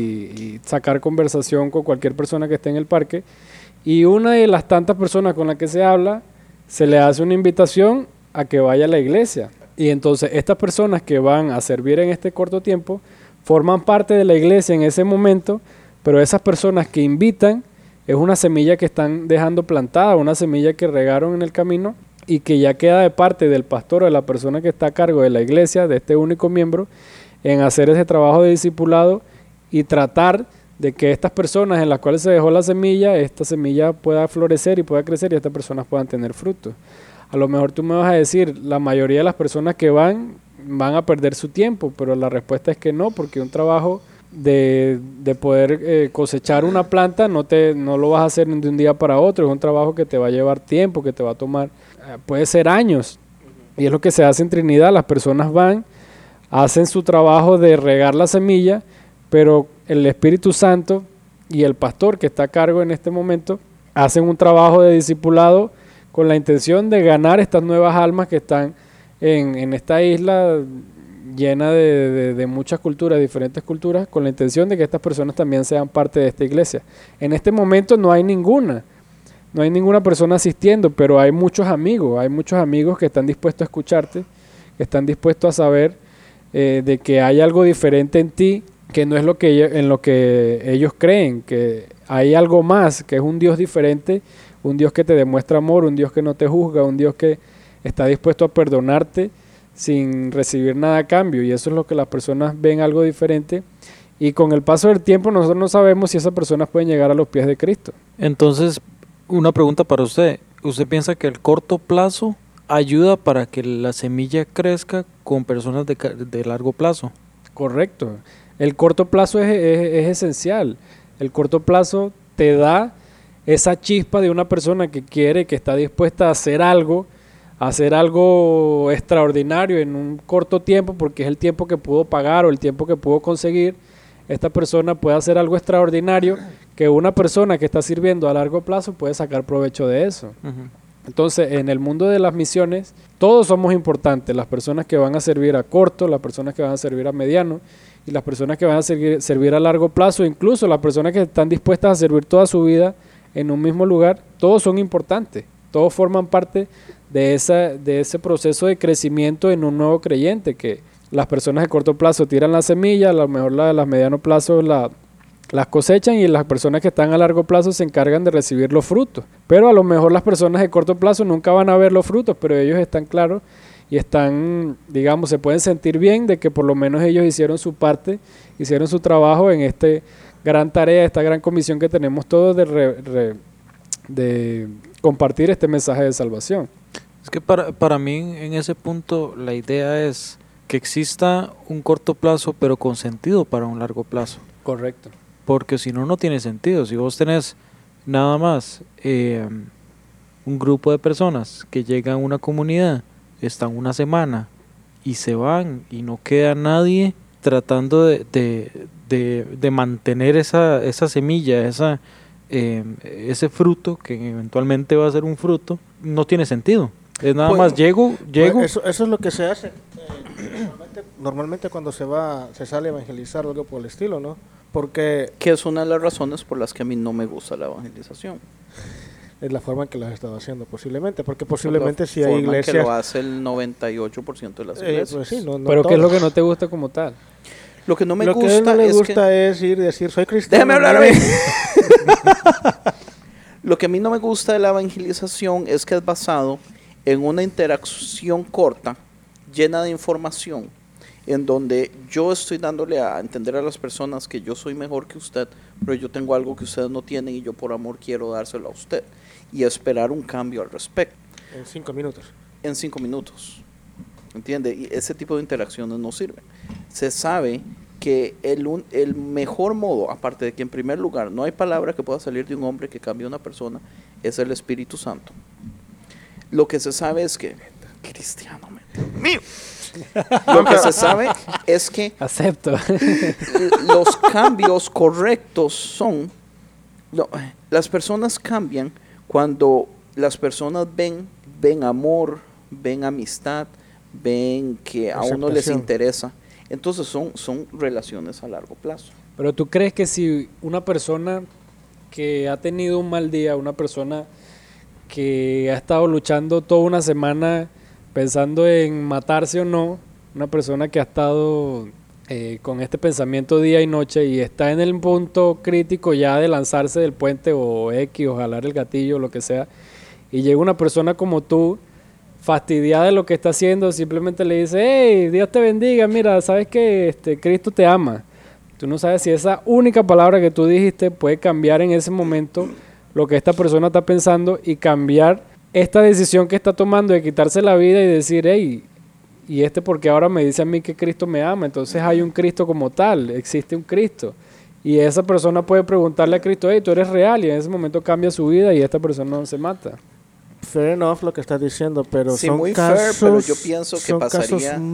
y sacar conversación con cualquier persona que esté en el parque, y una de las tantas personas con las que se habla, se le hace una invitación a que vaya a la iglesia. Y entonces estas personas que van a servir en este corto tiempo forman parte de la iglesia en ese momento, pero esas personas que invitan es una semilla que están dejando plantada, una semilla que regaron en el camino y que ya queda de parte del pastor o de la persona que está a cargo de la iglesia, de este único miembro, en hacer ese trabajo de discipulado y tratar de que estas personas en las cuales se dejó la semilla, esta semilla pueda florecer y pueda crecer y estas personas puedan tener frutos. A lo mejor tú me vas a decir, la mayoría de las personas que van a perder su tiempo, pero la respuesta es que no, porque un trabajo de poder cosechar una planta no lo vas a hacer de un día para otro, es un trabajo que te va a llevar tiempo, que te va a tomar, puede ser años, y es lo que se hace en Trinidad. Las personas van, hacen su trabajo de regar la semilla, pero el Espíritu Santo y el pastor que está a cargo en este momento hacen un trabajo de discipulado con la intención de ganar estas nuevas almas que están en esta isla llena de muchas culturas, diferentes culturas, con la intención de que estas personas también sean parte de esta iglesia. En este momento no hay ninguna persona asistiendo, pero hay muchos amigos que están dispuestos a escucharte, que están dispuestos a saber de que hay algo diferente en ti, que no es en lo que ellos creen, que hay algo más, que es un Dios diferente, un Dios que te demuestra amor, un Dios que no te juzga, un Dios que está dispuesto a perdonarte sin recibir nada a cambio, y eso es lo que las personas ven, algo diferente, y con el paso del tiempo nosotros no sabemos si esas personas pueden llegar a los pies de Cristo. Entonces, una pregunta para usted. ¿Usted piensa que el corto plazo ayuda para que la semilla crezca con personas de largo plazo? Correcto. El corto plazo es esencial. El corto plazo te da esa chispa de una persona que quiere, que está dispuesta a hacer algo extraordinario en un corto tiempo, porque es el tiempo que pudo pagar o el tiempo que pudo conseguir. Esta persona puede hacer algo extraordinario que una persona que está sirviendo a largo plazo puede sacar provecho de eso. Uh-huh. Entonces, en el mundo de las misiones, todos somos importantes. Las personas que van a servir a corto, las personas que van a servir a mediano y las personas que van a servir a largo plazo, incluso las personas que están dispuestas a servir toda su vida en un mismo lugar, todos son importantes. Todos forman parte de ese proceso de crecimiento en un nuevo creyente, que las personas de corto plazo tiran la semilla, a lo mejor las de mediano plazo las cosechan, y las personas que están a largo plazo se encargan de recibir los frutos. Pero a lo mejor las personas de corto plazo nunca van a ver los frutos, pero ellos están claros y están, digamos, se pueden sentir bien de que por lo menos ellos hicieron su parte, hicieron su trabajo en esta gran tarea, esta gran comisión que tenemos todos de compartir este mensaje de salvación. Es que para mí en ese punto la idea es que exista un corto plazo pero con sentido para un largo plazo. Correcto. Porque si no, no tiene sentido. Si vos tenés nada más un grupo de personas que llegan a una comunidad, están una semana y se van y no queda nadie tratando de mantener esa semilla, ese fruto que eventualmente va a ser un fruto, no tiene sentido. Es nada Pues- más llego. Pues eso es lo que se hace. Normalmente cuando se sale a evangelizar o algo por el estilo, ¿no? Porque Que es una de las razones por las que a mí no me gusta la evangelización. es la forma en que lo has estado haciendo, posiblemente. Porque posiblemente La si hay forma en que iglesias... lo hace el 98% de las iglesias. pues sí, no Pero ¿qué es lo todas. que no te gusta como tal? Lo que no me Lo que a él gusta no le es gusta que... es ir y decir, soy cristiano. Déjame hablar a ¿no? mí. Lo que a mí no me gusta de la evangelización es que es basado en una interacción corta, llena de información, en donde yo estoy dándole a entender a las personas que yo soy mejor que usted, pero yo tengo algo que ustedes no tienen y yo por amor quiero dárselo a usted y esperar un cambio al respecto En 5 minutos. en 5 minutos. ¿Entiende? Y ese tipo de interacciones no sirven. Se sabe que el mejor modo, aparte de que en primer lugar no hay palabra que pueda salir de un hombre que cambie a una persona, es el Espíritu Santo. Lo que se sabe es que... Cristiano, mío. Lo que se sabe es que Acepto. los cambios correctos son... las personas cambian cuando las personas ven amor, ven amistad, ven que a uno les Aceptación. interesa. Entonces son relaciones a largo plazo. Pero tú crees que si una persona que ha tenido un mal día, una persona que ha estado luchando toda una semana pensando en matarse o no, una persona que ha estado con este pensamiento día y noche y está en el punto crítico ya de lanzarse del puente o X o jalar el gatillo o lo que sea, y llega una persona como tú, fastidiada de lo que está haciendo, simplemente le dice, hey, Dios te bendiga, mira, sabes que Cristo te ama. Tú no sabes si esa única palabra que tú dijiste puede cambiar en ese momento lo que esta persona está pensando y cambiar esta decisión que está tomando de quitarse la vida y decir, hey, y porque ahora me dice a mí que Cristo me ama, entonces hay un Cristo como tal, existe un Cristo. Y esa persona puede preguntarle a Cristo, hey, tú eres real, y en ese momento cambia su vida y esta persona no se mata. Fair enough lo que estás diciendo, pero Sí, son muy fair, casos, pero yo pienso que son pasaría- casos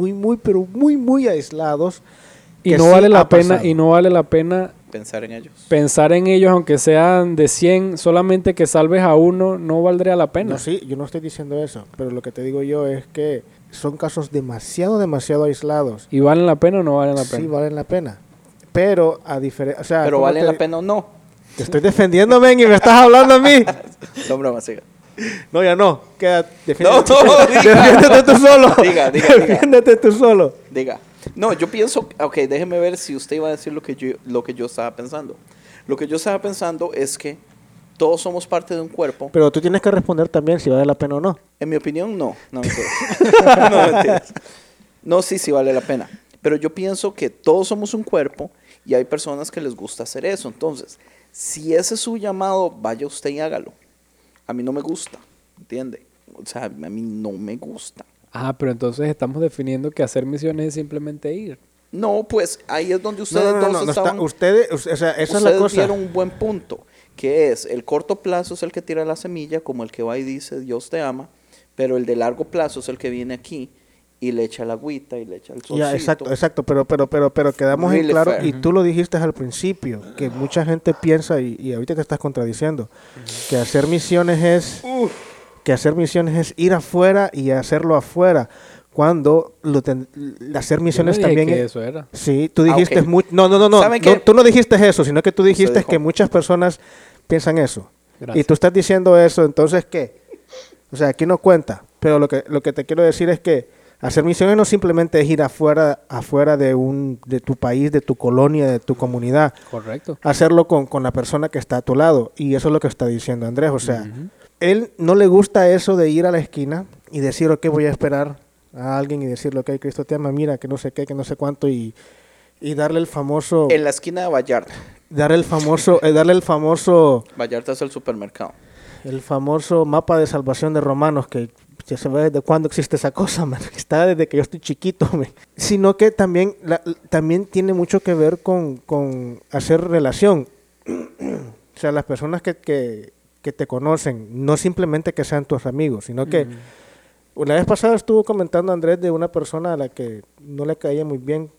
muy aislados. Y que no sí vale la ha pena, pasado. y no vale la pena Pensar en ellos. pensar en ellos, aunque sean de 100, solamente que salves a uno, no valdría la pena. No, sí, yo no estoy diciendo eso, pero lo que te digo yo es que son casos demasiado aislados. ¿Y valen la pena o no valen la pena? Sí, valen la pena. Pero a diferencia, o sea, Pero ¿cómo vale te- la pena o no. Te estoy defendiendo, men, y me estás hablando a mí. No, broma, siga. No, ya no. Queda, No, defiéndete tú solo. Diga. Defiéndete tú solo. Diga. No, yo pienso, ok, déjeme ver si usted iba a decir lo que yo estaba pensando. Lo que yo estaba pensando es que todos somos parte de un cuerpo. Pero tú tienes que responder también si vale la pena o no. En mi opinión, no. No, mentiras. No, mentiras. No, sí vale la pena. Pero yo pienso que todos somos un cuerpo y hay personas que les gusta hacer eso. Entonces, si ese es su llamado, vaya usted y hágalo. A mí no me gusta, ¿entiende? O sea, a mí no me gusta. Ah, pero entonces estamos definiendo que hacer misiones es simplemente ir. No, pues ahí es donde ustedes dos estaban. Ustedes, o sea, esa es la Ustedes cosa. vieron un buen punto, que es el corto plazo es el que tira la semilla, como el que va y dice Dios te ama, pero el de largo plazo es el que viene aquí y le echa la agüita y le echa el solcito. Ya, exacto, pero quedamos en Really claro, fair. y tú lo dijiste al principio, que mucha gente piensa, y ahorita te estás contradiciendo, que hacer misiones es ir afuera y hacerlo afuera, cuando hacer misiones Yo no dije también que es... eso era. Sí, tú dijiste... ok. No, ¿Saben qué? tú no dijiste eso, sino que tú dijiste dijo. que muchas personas piensan eso. Gracias. Y tú estás diciendo eso, entonces, ¿qué? O sea, aquí no cuenta. Pero lo que te quiero decir es que hacer misiones no simplemente es ir afuera de tu país, de tu colonia, de tu comunidad. Correcto. Hacerlo con la persona que está a tu lado. Y eso es lo que está diciendo Andrés. O sea, él no le gusta eso de ir a la esquina y decir, ok, voy a esperar a alguien y decirle, ok, Cristo te ama, mira, que no sé qué, que no sé cuánto, y darle el famoso... En la esquina de Vallarta. darle el famoso Vallarta es el supermercado. mapa de salvación de Romanos, que ya se ve desde cuándo existe esa cosa, man, que está desde que yo estoy chiquito, man. Sino que también tiene mucho que ver con hacer relación. O sea, las personas que te conocen, no simplemente que sean tus amigos, sino que la vez pasada estuvo comentando Andrés de una persona a la que no le caía muy bien.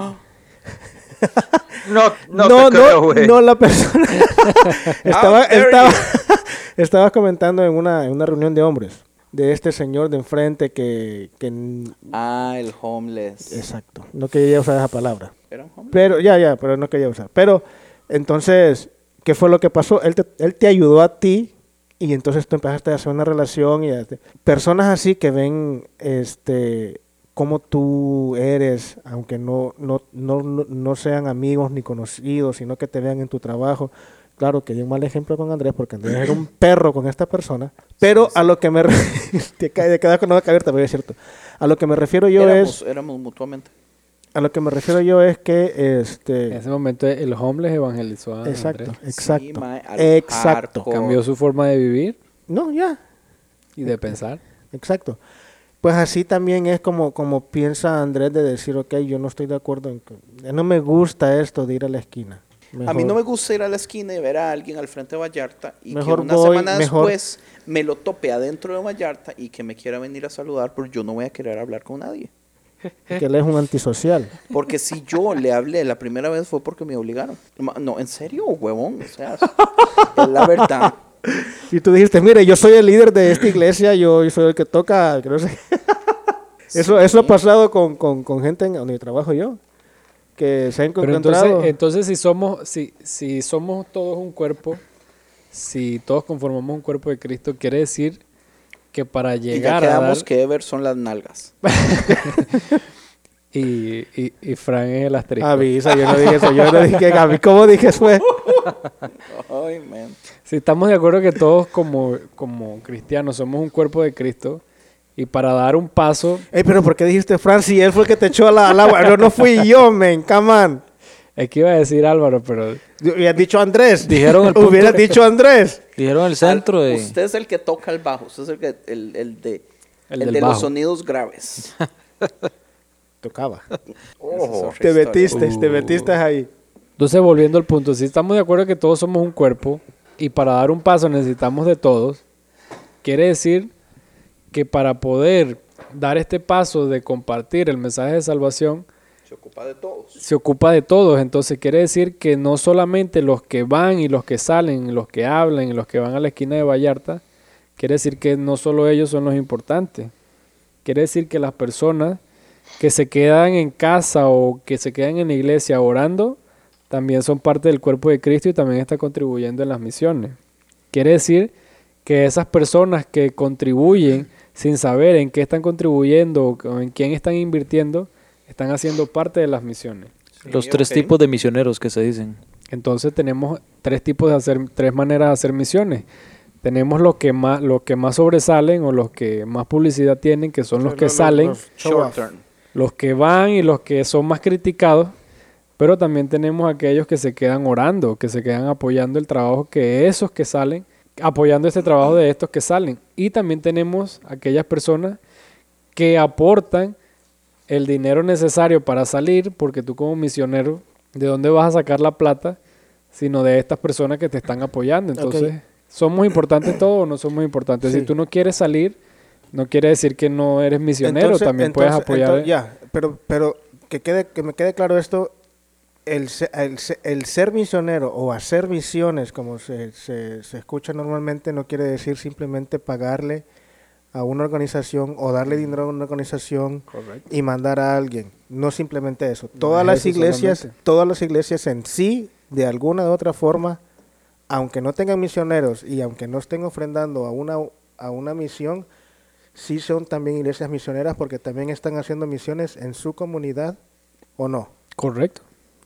No te creo, güey. No la persona. estaba comentando en una reunión de hombres. de este señor de enfrente que El homeless. exacto, no quería usar esa palabra. ¿Era un homeless? Pero, pero no quería usar. Pero, entonces, ¿qué fue lo que pasó? Él te ayudó a ti y entonces tú empezaste a hacer una relación y personas así que ven, cómo tú eres, aunque no sean amigos ni conocidos, sino que te vean en tu trabajo. Claro que hay un mal ejemplo con Andrés, porque Andrés era un perro con esta persona, pero a lo que me te quedas con la boca abierta, pero es cierto. A lo que me refiero yo Éramos mutuamente. A lo que me refiero yo es que En ese momento el homeless evangelizó a exacto, Andrés. exacto. Sí, mae, a lo Exacto. hardcore. Cambió su forma de vivir No, ya, y de pensar. exacto. Pues así también es como piensa Andrés de decir, ok, yo no estoy de acuerdo no me gusta esto de ir a la esquina. A mí no me gusta ir a la esquina y ver a alguien al frente de Vallarta y Mejor que una voy, semana mejor- después me lo tope adentro de Vallarta y que me quiera venir a saludar, porque yo no voy a querer hablar con nadie. que él es un antisocial. Porque si yo le hablé la primera vez fue porque me obligaron. No, en serio, huevón. O sea, es la verdad. Y tú dijiste, mire, yo soy el líder de esta iglesia, yo soy el que toca, que no sé. Eso ha pasado con gente donde trabajo yo, que se han Pero encontrado. entonces si somos todos un cuerpo, si todos conformamos un cuerpo de Cristo, quiere decir que para Y ya llegar a quedamos dar... que Ever son las nalgas. y Fran es el asterisco. Avisa, yo no dije eso, yo no dije, Gaby, ¿cómo dije eso? Ay, man. Si estamos de acuerdo que todos como cristianos somos un cuerpo de Cristo, y para dar un paso, Ey, pero ¿por qué dijiste Fran si él fue el que te echó al agua? No fui yo, men, come on. es que iba a decir Álvaro, pero Hubieras dicho Andrés. Dijeron el punto Hubieras que- dicho Andrés. Dijeron el centro de... Usted es el que toca el bajo. Usted es el de del los bajo. sonidos graves. Tocaba. Esa es otra Te historia. metiste ahí. entonces volviendo al punto, si estamos de acuerdo que todos somos un cuerpo y para dar un paso necesitamos de todos, quiere decir que para poder dar este paso de compartir el mensaje de salvación, Se ocupa de todos. se ocupa de todos. Entonces quiere decir que no solamente los que van y los que salen, los que hablan y los que van a la esquina de Vallarta, quiere decir que no solo ellos son los importantes. Quiere decir que las personas que se quedan en casa o que se quedan en la iglesia orando, también son parte del cuerpo de Cristo y también están contribuyendo en las misiones. Quiere decir que esas personas que contribuyen sin saber en qué están contribuyendo o en quién están invirtiendo, están haciendo parte de las misiones. Los Sí, tres ok. tipos de misioneros que se dicen. Entontres tenemos tres maneras de hacer misiones. Tenemos los que más sobresalen o los que más publicidad tienen, que son los que salen, Short term. los que van y los que son más criticados, pero también tenemos aquellos que se quedan orando, que se quedan apoyando el trabajo que esos que salen, apoyando este trabajo de estos que salen. Y también tenemos aquellas personas que aportan el dinero necesario para salir, porque tú como misionero, ¿de dónde vas a sacar la plata? Sino de estas personas que te están apoyando. Entonces, Ok. ¿somos importantes todos o no somos importantes? Sí. Si tú no quieres salir, no quiere decir que no eres misionero, también puedes apoyar. Ya, pero que me quede claro esto, el ser misionero o hacer misiones, como se escucha normalmente, no quiere decir simplemente pagarle a una organización o darle dinero a una organización Correcto. y mandar a alguien. No simplemente eso. No Todas es las eso iglesias, solamente. todas las iglesias en sí, de alguna u otra forma, aunque no tengan misioneros y aunque no estén ofrendando a una misión, sí son también iglesias misioneras porque también están haciendo misiones en su comunidad, ¿o no? Correcto.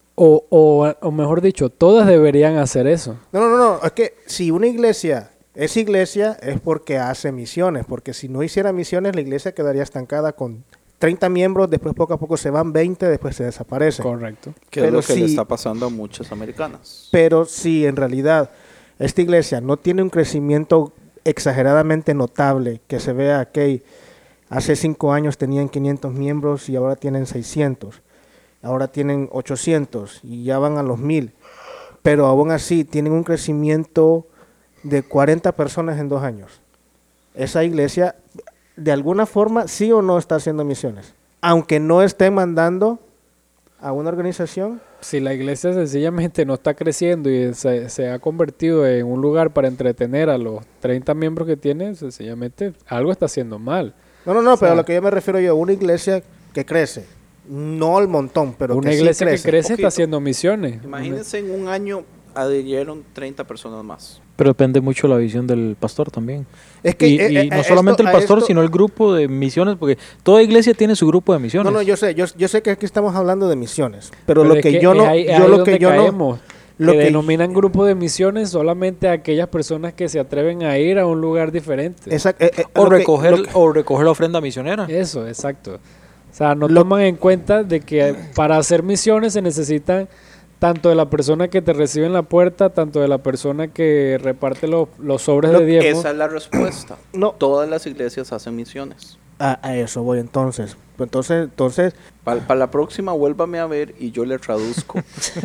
O mejor dicho, todas deberían hacer eso. No, es que si una iglesia es porque hace misiones, porque si no hiciera misiones la iglesia quedaría estancada con 30 miembros, después poco a poco se van 20, después se desaparecen. Correcto. Que es Pero lo que le sí- está pasando a muchas americanas. Pero si en realidad esta iglesia no tiene un crecimiento exageradamente notable, que se vea que hace 5 años tenían 500 miembros y ahora tienen 600, ahora tienen 800 y ya van a los 1000, pero aún así tienen un crecimiento de 40 personas en 2 años. Esa iglesia, de alguna forma, sí o no está haciendo misiones, aunque no esté mandando a una organización. Si la iglesia sencillamente no está creciendo y se ha convertido en un lugar para entretener a los 30 miembros que tiene, sencillamente algo está haciendo mal. No, O sea, pero a lo que yo me refiero yo, una iglesia que crece, no al montón, pero una que iglesia sí que crece Poquito. está haciendo misiones. Imagínense en un año adhirieron 30 personas más. Pero depende mucho de la visión del pastor también. Es que, Y no solamente el pastor, sino el grupo de misiones, porque toda iglesia tiene su grupo de misiones. No, yo sé que aquí estamos hablando de misiones, pero Pero lo es que yo es no, ahí- yo ahí lo donde que yo no, caemos, lo que que denominan grupo de misiones solamente a aquellas personas que se atreven a ir a un lugar diferente. o, lo que- recoger, lo que- o recoger la ofrenda misionera. Eso, exacto. O sea, no toman en cuenta de que para hacer misiones se necesitan tanto de la persona que te recibe en la puerta, tanto de la persona que reparte los sobres de diezmo. Esa es la respuesta. No. Todas las iglesias hacen misiones. a eso voy entonces. Entonces, Para la próxima, vuélvame a ver y yo le traduzco.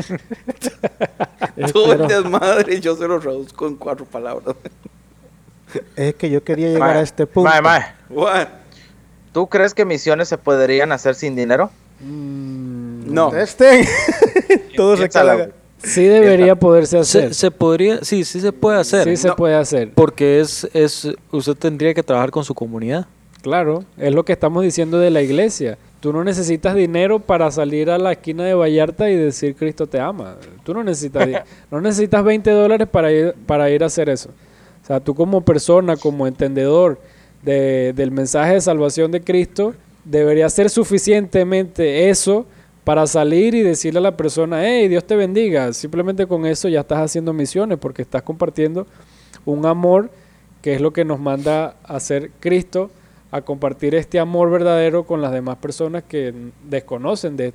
Todo el desmadre yo se lo traduzco en 4 palabras. es que yo quería llegar Mae, a este punto. mae. What? ¿Tú crees que misiones se podrían hacer sin dinero? No. Todo se Piénsala, queda. güey. Sí debería poderse hacer. Se podría, sí se puede hacer. Sí se puede hacer. Porque usted tendría que trabajar con su comunidad. Claro, es lo que estamos diciendo de la iglesia. Tú no necesitas dinero para salir a la esquina de Vallarta y decir Cristo te ama. Tú no necesitas no necesitas $20 para ir a hacer eso. O sea, tú como persona, como entendedor del mensaje de salvación de Cristo, debería ser suficientemente eso para salir y decirle a la persona, hey, Dios te bendiga. Simplemente con eso ya estás haciendo misiones porque estás compartiendo un amor que es lo que nos manda a hacer Cristo, a compartir este amor verdadero con las demás personas que desconocen de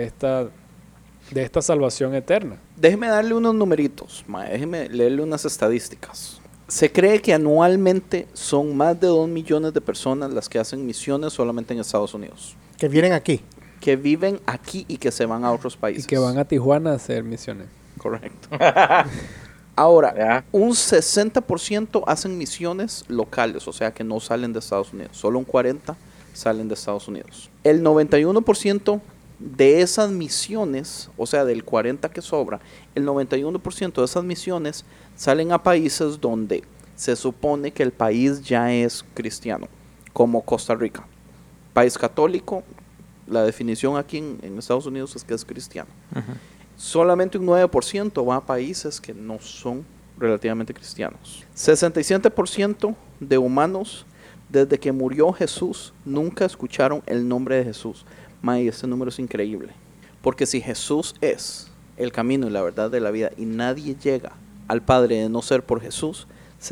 esta salvación eterna. Déjeme darle unos numeritos, déjeme leerle unas estadísticas. Se cree que anualmente son más de 2 millones de personas las que hacen misiones solamente en Estados Unidos, Que vienen aquí. que viven aquí y que se van a otros países. Y que van a Tijuana a hacer misiones. Correcto. Ahora, Ya. un 60% hacen misiones locales, o sea que no salen de Estados Unidos. Solo un 40% salen de Estados Unidos. El 91% de esas misiones, o sea, del 40% que sobra, el 91% de esas misiones salen a países donde se supone que el país ya es cristiano, como Costa Rica. País católico, la definición aquí en Estados Unidos es que es cristiano. Solamente un 9% va a países que no son relativamente cristianos. 67% de humanos desde que murió Jesús nunca escucharon el nombre de Jesús. Este número es increíble. Porque si Jesús es el camino y la verdad de la vida y nadie llega al Padre de no ser por Jesús,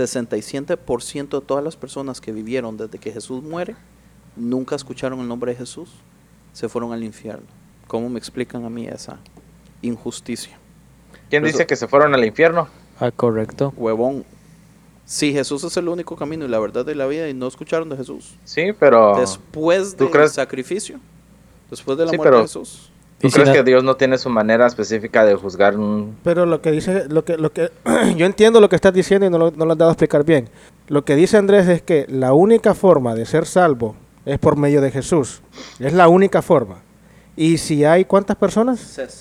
67% de todas las personas que vivieron desde que Jesús muere nunca escucharon el nombre de Jesús, se fueron al infierno. ¿Cómo me explican a mí esa injusticia? ¿Quién Eso- dice que se fueron al infierno? Ah, correcto. Huevón. Si Jesús es el único camino y la verdad de la vida y no escucharon de Jesús, Sí, pero después ¿tú del crees? sacrificio, después de la Sí, muerte pero- de Jesús, ¿tú Y si crees na- que Dios no tiene su manera específica de juzgar un... Pero lo que dice, lo que yo entiendo lo que estás diciendo y no lo has dado a explicar bien. Lo que dice Andrés es que la única forma de ser salvo es por medio de Jesús. Es la única forma. Y si hay ¿cuántas personas?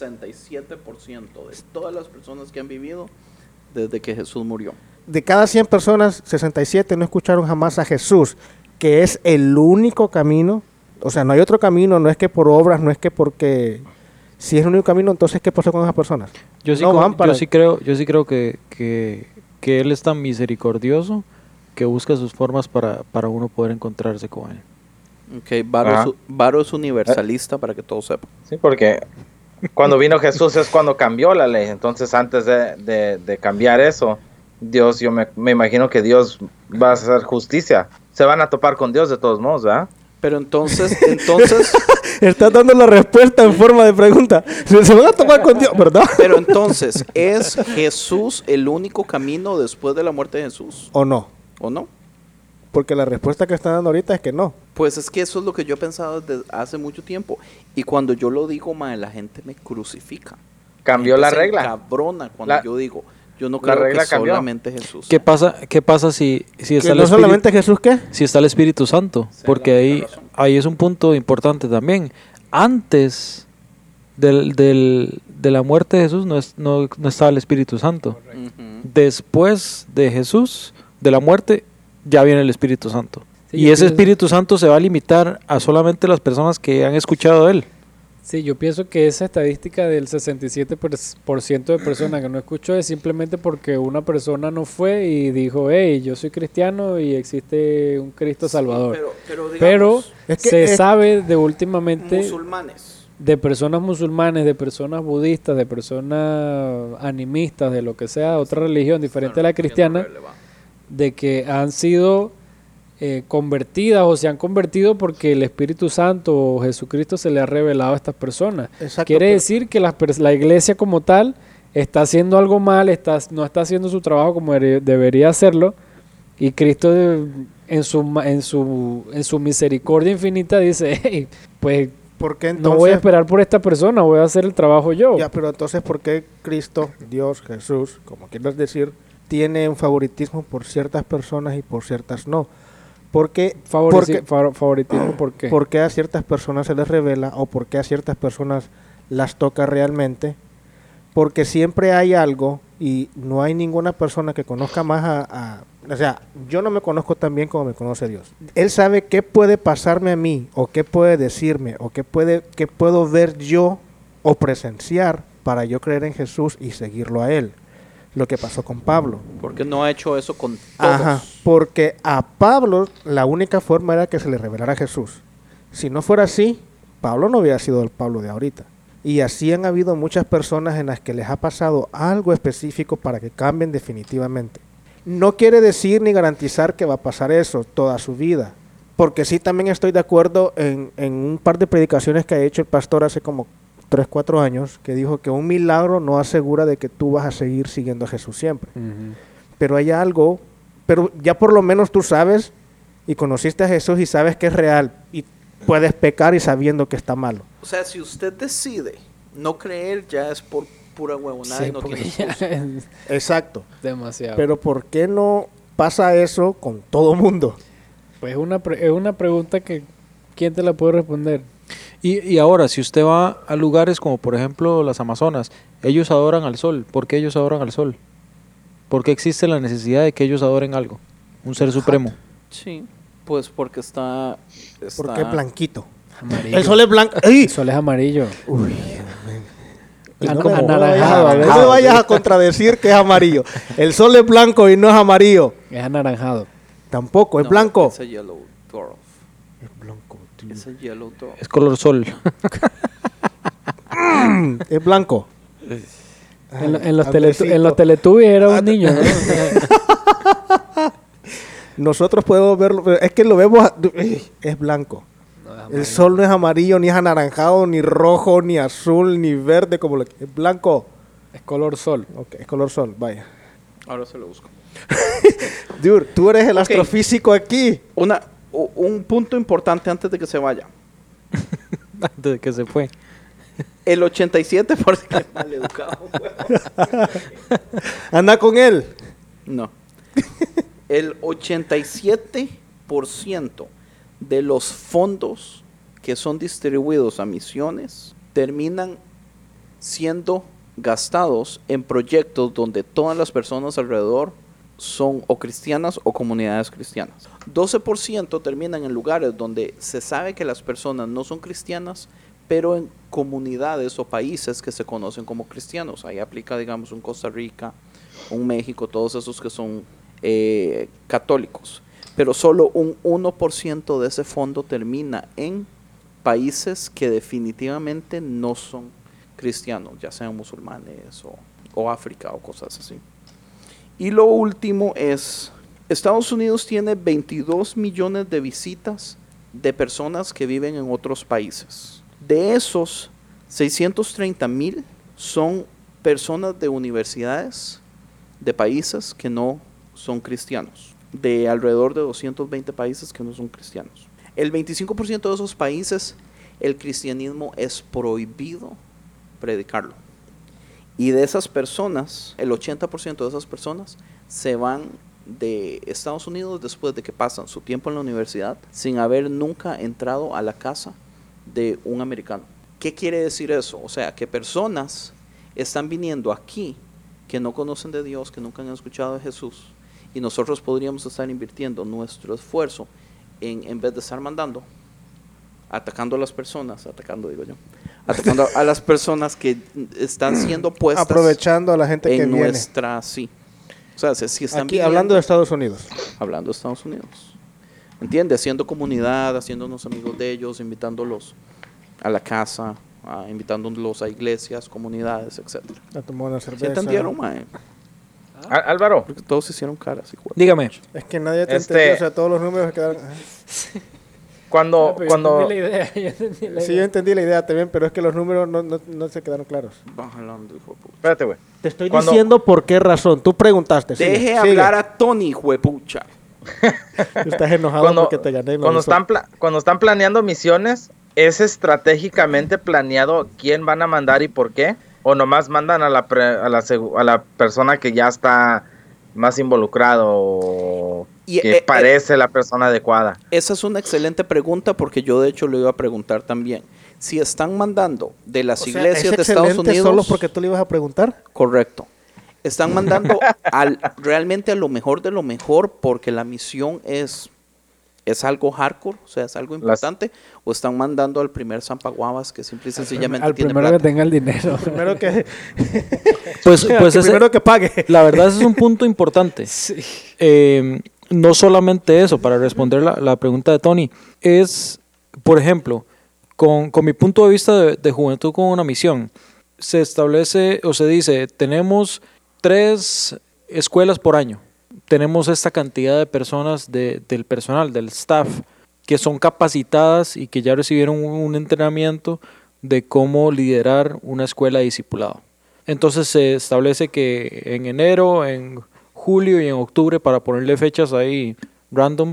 67% de todas las personas que han vivido desde que Jesús murió. De cada 100 personas, 67 no escucharon jamás a Jesús, que es el único camino. O sea, no hay otro camino, no es que por obras, no es que porque... Si es el único camino, entonces ¿qué pasó con esas personas? Yo sí, No van para- yo sí creo que Él es tan misericordioso que busca sus formas para uno poder encontrarse con Él. Ok, Ajá. Varo es universalista para que todos sepan. Sí, porque cuando vino Jesús es cuando cambió la ley. Entonces, antes de cambiar eso, Dios, yo me imagino que Dios va a hacer justicia. Se van a topar con Dios de todos modos, ¿verdad? Pero entonces, Estás dando la respuesta en forma de pregunta. Se van a tomar con Dios, ¿verdad? pero entonces, ¿es Jesús el único camino después de la muerte de Jesús? ¿O no? ¿O no? Porque la respuesta que están dando ahorita es que no. Pues es que eso es lo que yo he pensado desde hace mucho tiempo. Y cuando yo lo digo, la gente me crucifica. Cambió la Se regla. encabrona cuando La- yo digo, yo no la creo regla que cambió. solamente Jesús. ¿Qué pasa si Que está el no Espíritu, solamente Jesús, ¿qué? si está el Espíritu Santo? Sea Porque la única razón. ahí es un punto importante también. Antes de la muerte de Jesús no estaba el Espíritu Santo. Ujú. Después de Jesús, de la muerte, ya viene el Espíritu Santo. Sí, Y yo ese pienso- Espíritu Santo se va a limitar a solamente las personas que han escuchado de él. Sí, yo pienso que esa estadística del 67% de personas que no escuchó es simplemente porque una persona no fue y dijo, hey, yo soy cristiano y existe un Cristo Salvador. Pero Pero digamos, Es que se es- sabe de últimamente musulmanes. de personas musulmanes, de personas budistas, de personas animistas, de lo que sea, otra religión diferente a la cristiana, de que han sido convertidas o se han convertido porque el Espíritu Santo o Jesucristo se le ha revelado a estas personas. Exacto, Quiere pero- decir que la iglesia como tal está haciendo algo mal, no está haciendo su trabajo como debería hacerlo, y Cristo en su misericordia infinita dice, hey, pues ¿Por qué no entonces? voy a esperar por esta persona, voy a hacer el trabajo yo. Ya, pero entonces, ¿por qué Cristo, Dios, Jesús, como quieras decir, tiene un favoritismo por ciertas personas y por ciertas no? Porque, Favoritismo, ¿por qué? ¿por qué a ciertas personas se les revela o por qué a ciertas personas las toca realmente? Porque siempre hay algo y no hay ninguna persona que conozca más o sea, yo no me conozco tan bien como me conoce Dios. Él sabe qué puede pasarme a mí o qué puede decirme o qué puedo ver yo o presenciar para yo creer en Jesús y seguirlo a Él. Lo que pasó con Pablo. Porque no ha hecho eso con todos. Ajá, porque a Pablo la única forma era que se le revelara a Jesús. Si no fuera así, Pablo no hubiera sido el Pablo de ahorita. Y así han habido muchas personas en las que les ha pasado algo específico para que cambien definitivamente. No quiere decir ni garantizar que va a pasar eso toda su vida. Porque sí también estoy de acuerdo en un par de predicaciones que ha hecho el pastor hace como 3, 4 años, que dijo que un milagro no asegura de que tú vas a seguir siguiendo a Jesús siempre. Ujú. Pero hay algo, pero ya por lo menos tú sabes y conociste a Jesús y sabes que es real y puedes pecar y sabiendo que está malo. O sea, si usted decide no creer, ya es por pura huevonada Sí, y no porque tiene ya excusa. es Exacto. demasiado. Pero ¿por qué no pasa eso con todo mundo? Pues es una pregunta que ¿quién te la puede responder? Y ahora, si usted va a lugares como por ejemplo las Amazonas, ellos adoran al sol. ¿Por qué ellos adoran al sol? ¿Por qué existe la necesidad de que ellos adoren algo? Un ser supremo. Sí, pues porque está... Porque es blanquito. Amarillo. El sol es blanco. ¡Ey! El sol es amarillo. Y Como me anaranjado, vayas ¿ves? no me vayas a contradecir que es amarillo. El sol es blanco y no es amarillo. Es anaranjado. Tampoco, es No, blanco. Es a yellow dwarf. Es blanco, tío. Es a yellow dwarf. Es color sol. Es blanco. En los Andresito. Teletubbies era un niño, ¿no? Nosotros podemos verlo, pero es que lo vemos, es blanco. El sol no es amarillo, ni es anaranjado, ni rojo, ni azul, ni verde, como es blanco. Es color sol. Ok, es color sol, vaya. Ahora se lo busco. Dude, tú eres el Ok. astrofísico aquí. Un punto importante antes de que se vaya. Antes de que se fue. El 87%... Qué mal educado. Anda con él. No. El 87% de los fondos que son distribuidos a misiones terminan siendo gastados en proyectos donde todas las personas alrededor son o cristianas o comunidades cristianas. 12% terminan en lugares donde se sabe que las personas no son cristianas, pero en comunidades o países que se conocen como cristianos. Ahí aplica, digamos, un Costa Rica, un México, todos esos que son católicos. Pero solo un 1% de ese fondo termina en países que definitivamente no son cristianos, ya sean musulmanes o África o cosas así. Y lo último es, Estados Unidos tiene 22 millones de visitas de personas que viven en otros países. De esos, 630,000 son personas de universidades de países que no son cristianos, de alrededor de 220 países que no son cristianos. El 25% de esos países, el cristianismo es prohibido predicarlo. Y de esas personas, el 80% de esas personas se van de Estados Unidos después de que pasan su tiempo en la universidad sin haber nunca entrado a la casa de un americano. ¿Qué quiere decir eso? O sea, que personas están viniendo aquí que no conocen de Dios, que nunca han escuchado de Jesús, y nosotros podríamos estar invirtiendo nuestro esfuerzo en vez de estar mandando, atacando a las personas, atacando a las personas que están siendo puestas Aprovechando a la gente que en viene. nuestra, sí. O sea, si están Aquí, viniendo- hablando de Estados Unidos. hablando de Estados Unidos. ¿Entiendes? Haciendo comunidad, haciéndonos amigos de ellos, invitándolos a la casa, invitándolos a iglesias, comunidades, etc. A tomar una ¿Sí cerveza. entendieron, mae? Álvaro, Porque todos se hicieron caras. Hijo de- Dígame. Es que nadie te Este- entendió, o sea, todos los números quedaron... cuando, Pero yo cuando, entendí la idea, yo entendí la Sí, yo idea. entendí la idea también, pero es que los números no se quedaron claros. Bájala, hijo de puta. espérate, güey. Te estoy Cuando- diciendo por qué razón. Tú preguntaste. sigue, Deje sigue. hablar a Tony, juepucha. Tú estás enojado Cuando, porque te gané. cuando están planeando misiones, ¿es estratégicamente planeado quién van a mandar y por qué? ¿O nomás mandan a la persona que ya está más involucrado o Y, que parece la persona adecuada? Esa es una excelente pregunta porque yo de hecho lo iba a preguntar también. Si están mandando de las O sea, iglesias ¿es de Estados excelente Unidos, solo porque tú le ibas a preguntar? correcto. Están mandando realmente a lo mejor de lo mejor porque la misión es algo hardcore, o sea, es algo importante, o están mandando al primer Zampaguabas que simple y sencillamente Al tiene primero que plata. tenga el dinero. Primero que, Pues que ese- primero que pague. la verdad ese es un punto importante. Sí. No solamente eso, para responder la pregunta de Tony, es, por ejemplo, con mi punto de vista de Juventud con una Misión, se establece o se dice, tenemos 3 escuelas por año, tenemos esta cantidad de personas del personal, del staff, que son capacitadas y que ya recibieron un entrenamiento de cómo liderar una escuela de discipulado. Entonces se establece que en enero, en julio y en octubre, para ponerle fechas ahí random,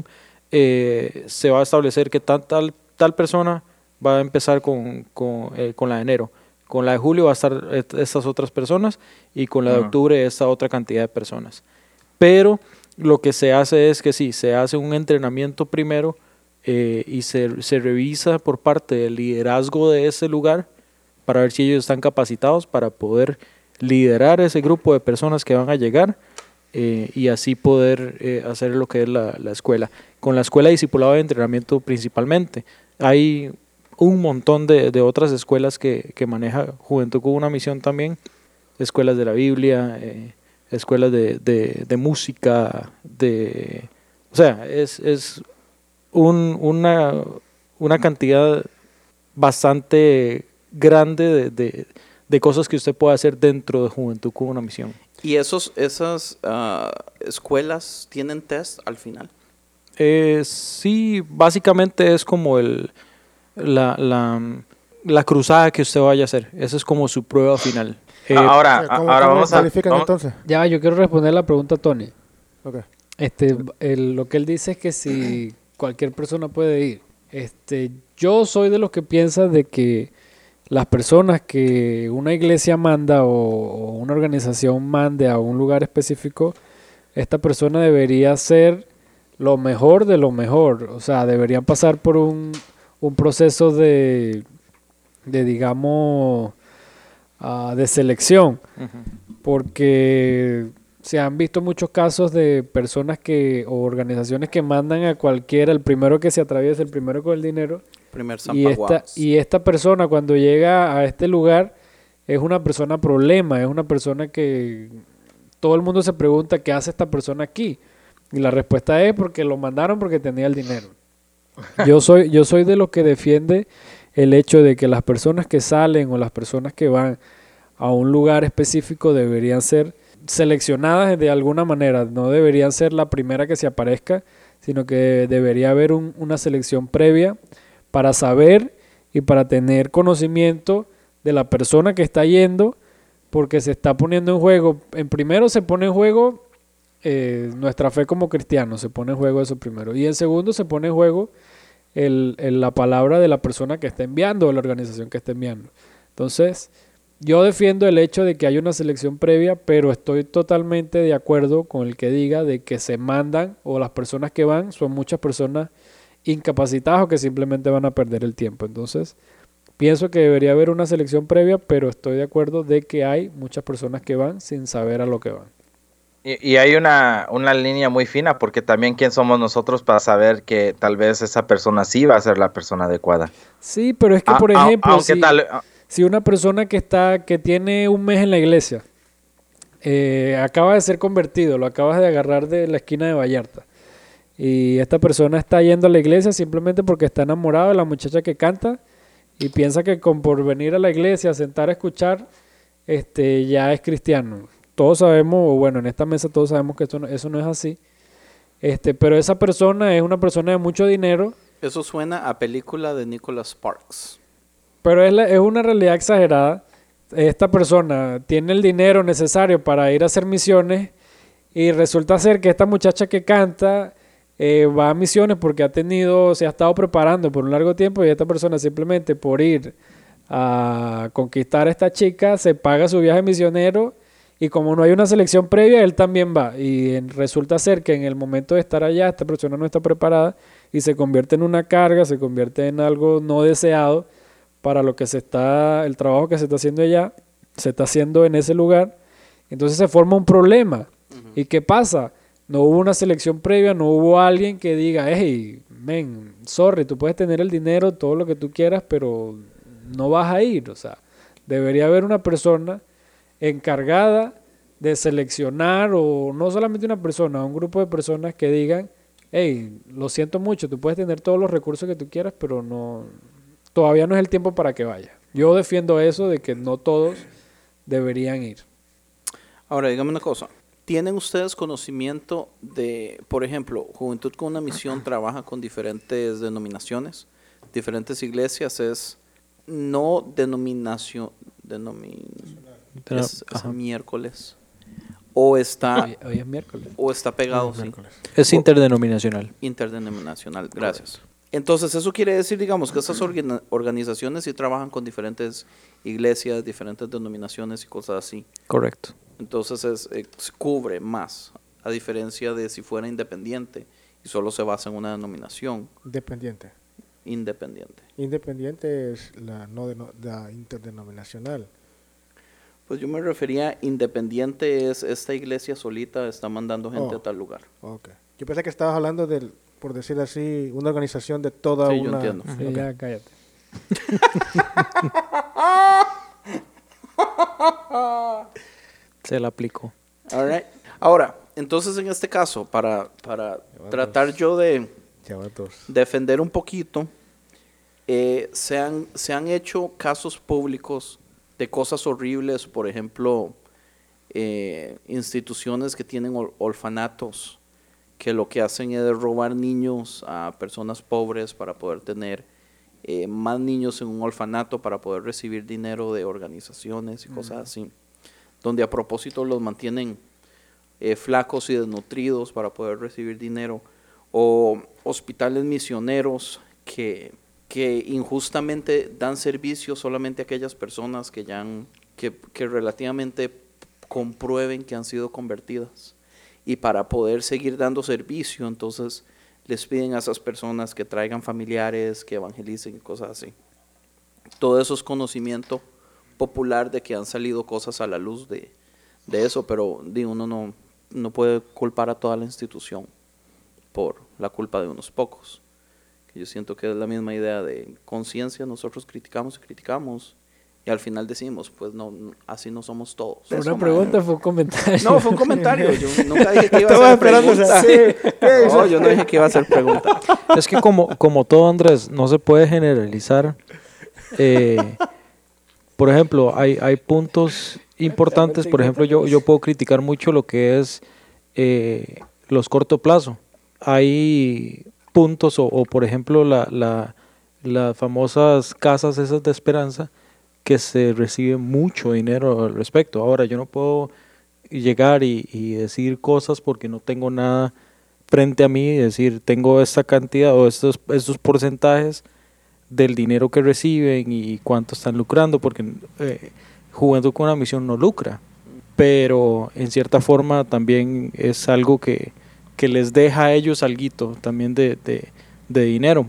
se va a establecer que tal persona va a empezar con la de enero. Con la de julio va a estar estas otras personas y con la de octubre esta otra cantidad de personas. Pero lo que se hace es que sí, se hace un entrenamiento primero y se revisa por parte del liderazgo de ese lugar para ver si ellos están capacitados para poder liderar ese grupo de personas que van a llegar y así poder hacer lo que es la escuela. Con la escuela de discipulado de entrenamiento principalmente. Hay un montón de otras escuelas que maneja Juventud con una Misión también. Escuelas de la Biblia, escuelas de música, o sea, es una cantidad bastante grande de cosas que usted puede hacer dentro de Juventud con una Misión. ¿Y esas escuelas tienen test al final? Sí, básicamente es como la cruzada que usted vaya a hacer. Esa es como su prueba final. Ahora ¿Cómo vamos a... califican vamos- entonces? Ya, yo quiero responder la pregunta a Tony. Ok. Lo que él dice es que si cualquier persona puede ir. Yo soy de los que piensa de que las personas que una iglesia manda o una organización mande a un lugar específico, esta persona debería ser lo mejor de lo mejor. O sea, deberían pasar por un proceso de digamos, de selección. Porque se han visto muchos casos de personas o organizaciones que mandan a cualquiera, el primero que se atraviesa, el primero con el dinero. Primer Y Zampaguas. esta persona cuando llega a este lugar es una persona problema, es una persona que todo el mundo se pregunta qué hace esta persona aquí. Y la respuesta es porque lo mandaron porque tenía el dinero. Yo soy de los que defiende el hecho de que las personas que salen o las personas que van a un lugar específico deberían ser seleccionadas de alguna manera, no deberían ser la primera que se aparezca, sino que debería haber una selección previa para saber y para tener conocimiento de la persona que está yendo, porque se está poniendo en juego, en primero se pone en juego nuestra fe como cristianos, se pone en juego eso primero, y en segundo se pone en juego la palabra de la persona que está enviando, de la organización que está enviando. Entonces, yo defiendo el hecho de que hay una selección previa, pero estoy totalmente de acuerdo con el que diga de que se mandan o las personas que van son muchas personas incapacitadas o que simplemente van a perder el tiempo. Entonces, Pienso que debería haber una selección previa, pero estoy de acuerdo de que hay muchas personas que van sin saber a lo que van. Y hay una línea muy fina, porque también quién somos nosotros para saber que tal vez esa persona sí va a ser la persona adecuada. Sí, pero es que, por Ah, ejemplo, aunque si una persona que tiene un mes en la iglesia, acaba de ser convertido, lo acabas de agarrar de la esquina de Vallarta, y esta persona está yendo a la iglesia simplemente porque está enamorado de la muchacha que canta y piensa que por venir a la iglesia, a sentar a escuchar, ya es cristiano. Todos sabemos, o bueno, en esta mesa todos sabemos que eso no es así. Pero esa persona es una persona de mucho dinero. Eso suena a película de Nicholas Sparks. Pero es una realidad exagerada. Esta persona tiene el dinero necesario para ir a hacer misiones y resulta ser que esta muchacha que canta va a misiones porque se ha estado preparando por un largo tiempo, y esta persona simplemente por ir a conquistar a esta chica se paga su viaje misionero, y como no hay una selección previa, él también va, y resulta ser que en el momento de estar allá esta persona no está preparada y se convierte en una carga, se convierte en algo no deseado para el trabajo que se está haciendo allá, se está haciendo en ese lugar. Entonces se forma un problema. ¿Y qué pasa? No hubo una selección previa, no hubo alguien que diga, hey, men, sorry, tú puedes tener el dinero, todo lo que tú quieras, pero no vas a ir. O sea, debería haber una persona encargada de seleccionar, o no solamente una persona, un grupo de personas que digan, hey, lo siento mucho, tú puedes tener todos los recursos que tú quieras, pero todavía no es el tiempo para que vaya. Yo defiendo eso de que no todos deberían ir. Ahora, dígame una cosa. ¿Tienen ustedes conocimiento de, por ejemplo, Juventud con una Misión trabaja con diferentes denominaciones, diferentes iglesias? Es no denominación, es miércoles. O está, Hoy es miércoles. o está pegado, sí. Es interdenominacional. Interdenominacional, gracias. Entonces, eso quiere decir, digamos, que estas organizaciones sí trabajan con diferentes iglesias, diferentes denominaciones y cosas así. Correcto. Entonces, cubre más, a diferencia de si fuera independiente y solo se basa en una denominación. Independiente. Independiente es la interdenominacional. Pues yo me refería, independiente es esta iglesia solita está mandando gente a tal lugar. Okay. Yo pensé que estabas hablando por decir así, una organización de toda Sí, una... yo entiendo. Sí, Okay. ya cállate. Se la aplicó. All right. Ahora, entonces en este caso, para tratar yo de defender un poquito, se han hecho casos públicos de cosas horribles, por ejemplo, instituciones que tienen orfanatos, que lo que hacen es robar niños a personas pobres para poder tener más niños en un orfanato para poder recibir dinero de organizaciones y cosas así, donde a propósito los mantienen flacos y desnutridos para poder recibir dinero, o hospitales misioneros que injustamente dan servicio solamente a aquellas personas que relativamente comprueben que han sido convertidas, y para poder seguir dando servicio, entonces les piden a esas personas que traigan familiares, que evangelicen y cosas así. Todo eso es conocimiento popular de que han salido cosas a la luz de eso, pero uno no puede culpar a toda la institución por la culpa de unos pocos. Yo siento que es la misma idea de conciencia. Nosotros criticamos y al final decimos, pues no, así no somos todos. ¿Fue una pregunta o fue un comentario? No, fue un comentario. Yo nunca dije que iba a ser pregunta. No, yo no dije que iba a ser pregunta. Es que como todo, Andrés, no se puede generalizar. Por ejemplo, hay puntos importantes. Por ejemplo, yo puedo criticar mucho lo que es los corto plazo. Hay puntos o por ejemplo las famosas casas esas de esperanza, que se recibe mucho dinero al respecto. Ahora, yo no puedo llegar y decir cosas porque no tengo nada frente a mí, y decir, tengo esta cantidad o estos porcentajes del dinero que reciben y cuánto están lucrando, porque Juventud con una Misión no lucra, pero en cierta forma también es algo que les deja a ellos alguito también de dinero.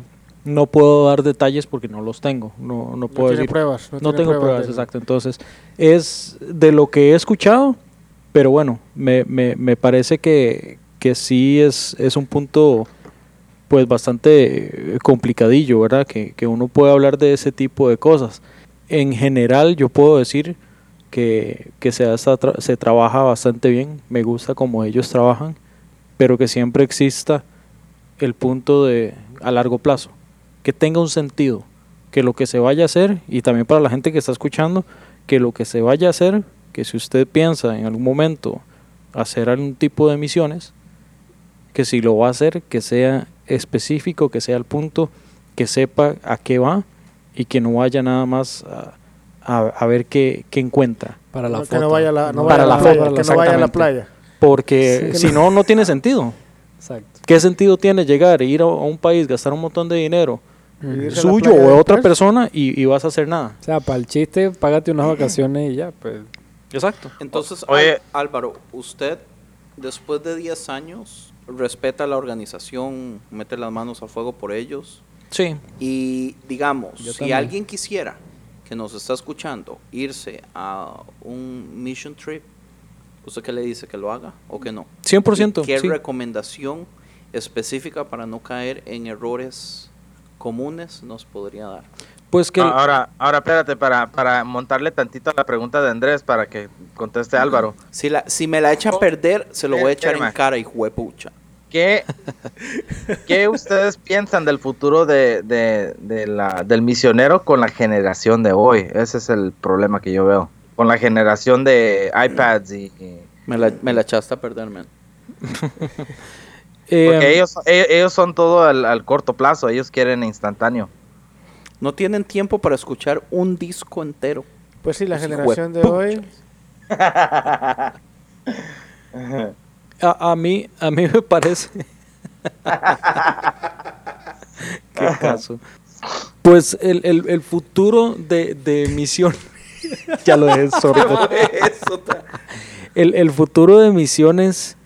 no puedo dar detalles porque no los tengo. No puedo tiene decir. pruebas. No tiene tengo pruebas, de- exacto. Entonces, es de lo que he escuchado, pero bueno, me parece que sí es un punto pues bastante complicadillo, ¿verdad? Que uno puede hablar de ese tipo de cosas. En general, yo puedo decir que se trabaja bastante bien, me gusta cómo ellos trabajan, pero que siempre exista el punto de a largo plazo, que tenga un sentido, que lo que se vaya a hacer, y también para la gente que está escuchando, que lo que se vaya a hacer, que si usted piensa en algún momento hacer algún tipo de misiones, que si lo va a hacer, que sea específico, que sea al punto, que sepa a qué va y que no vaya nada más a ver qué encuentra. Para la No, foto. que no vaya a la, no Para vaya a la la playa, foto, que no vaya a la exactamente. playa. Porque Sí, si no tiene sentido. Exacto. ¿Qué sentido tiene llegar, ir a un país, gastar un montón de dinero Irse a la suyo playa o de otra después. persona y vas a hacer nada? O sea, para el chiste, págate unas vacaciones y ya, pues. Exacto. Entonces, Oye. Álvaro, usted después de 10 años respeta la organización, mete las manos al fuego por ellos Sí. y digamos, Yo si también. alguien quisiera que nos está escuchando irse a un mission trip, ¿usted qué le dice? ¿Que lo haga o que no? 100%. ¿Y qué sí. recomendación específica para no caer en errores comunes nos podría dar? Pues que Ahora, espérate, para montarle tantito a la pregunta de Andrés para que conteste Álvaro. Si me la echa a perder, se lo voy a echar en Espérame. cara, hijo de pucha. ¿Qué ustedes piensan del futuro del misionero con la generación de hoy? Ese es el problema que yo veo. Con la generación de iPads y Me la echaste a perder, man. porque ellos son todo al corto plazo, ellos quieren instantáneo. No tienen tiempo para escuchar un disco entero. Pues sí, la Hijo de generación de pucha. hoy. a mí me parece. Qué caso. Pues el futuro de misión. Ya lo dejé sordo. El futuro de misiones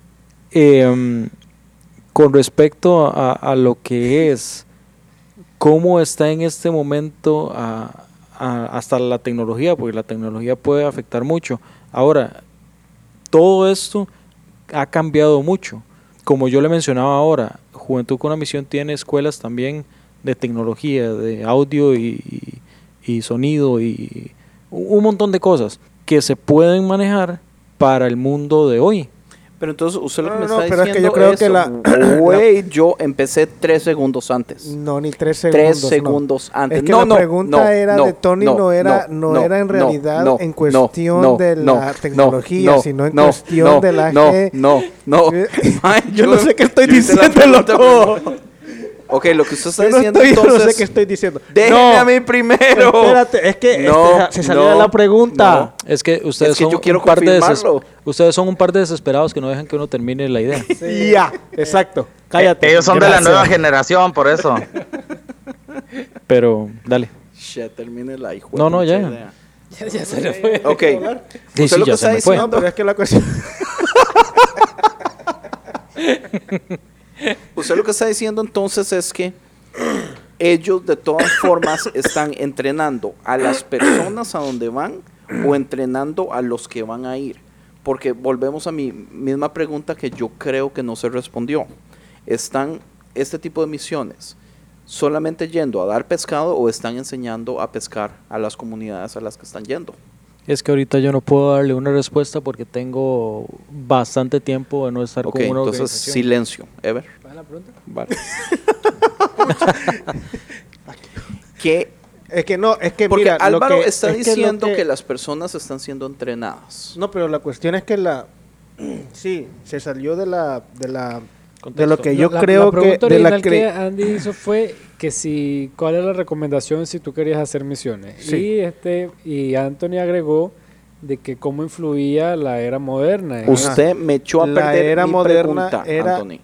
con respecto a lo que es, cómo está en este momento hasta la tecnología, porque la tecnología puede afectar mucho. Ahora, todo esto ha cambiado mucho. Como yo le mencionaba ahora, Juventud con una Misión tiene escuelas también de tecnología, de audio y sonido y un montón de cosas que se pueden manejar para el mundo de hoy. Pero entonces usted lo que me No, está pero es que diciendo yo creo que güey, yo empecé 3 segundos antes. No, ni 3 segundos. 3 no. segundos antes. Es que no, la pregunta era de Tony, no era en realidad en cuestión de la tecnología, sino en cuestión de la no. Man, Yo no sé qué estoy yo hice la diciendo, pregunta loco. primero. Ok, lo que usted está Yo no, diciendo yo no entonces. sé qué estoy diciendo. Déjeme No, a mí primero. espérate, es que No, se salió no, de la pregunta. Es que ustedes Es que son yo quiero un par de confirmarlo. ustedes son un par de desesperados que no dejan que uno termine la idea. Ya, exacto. Cállate. Ellos son de la Gracias. nueva generación, por eso. Pero dale. Shit, termine la hijo. No, de ya. pucha idea. Ya se le fue. Ok. Sí, Usted sí, lo que ya está se me fue. No, pero es que la cuestión. Usted lo que está diciendo entonces es que ellos de todas formas están entrenando a las personas a donde van o entrenando a los que van a ir. Porque volvemos a mi misma pregunta que yo creo que no se respondió. ¿Están este tipo de misiones solamente yendo a dar pescado o están enseñando a pescar a las comunidades a las que están yendo? Es que ahorita yo no puedo darle una respuesta porque tengo bastante tiempo de no estar Ok, con una entonces organización. silencio. Ever. ¿Cuál es la pregunta? Vale. ¿Qué? Es que no, es que Porque mira, lo Álvaro que- está es que diciendo lo que las personas están siendo entrenadas. No, pero la cuestión es que sí, se salió de lo Contexto. que yo La creo que pregunta de la original que Andy hizo fue que si cuál es la recomendación si tú querías hacer misiones. Sí. Y Anthony agregó de que cómo influía la era moderna. en Usted me echó a La perder era mi moderna pregunta, era- Anthony.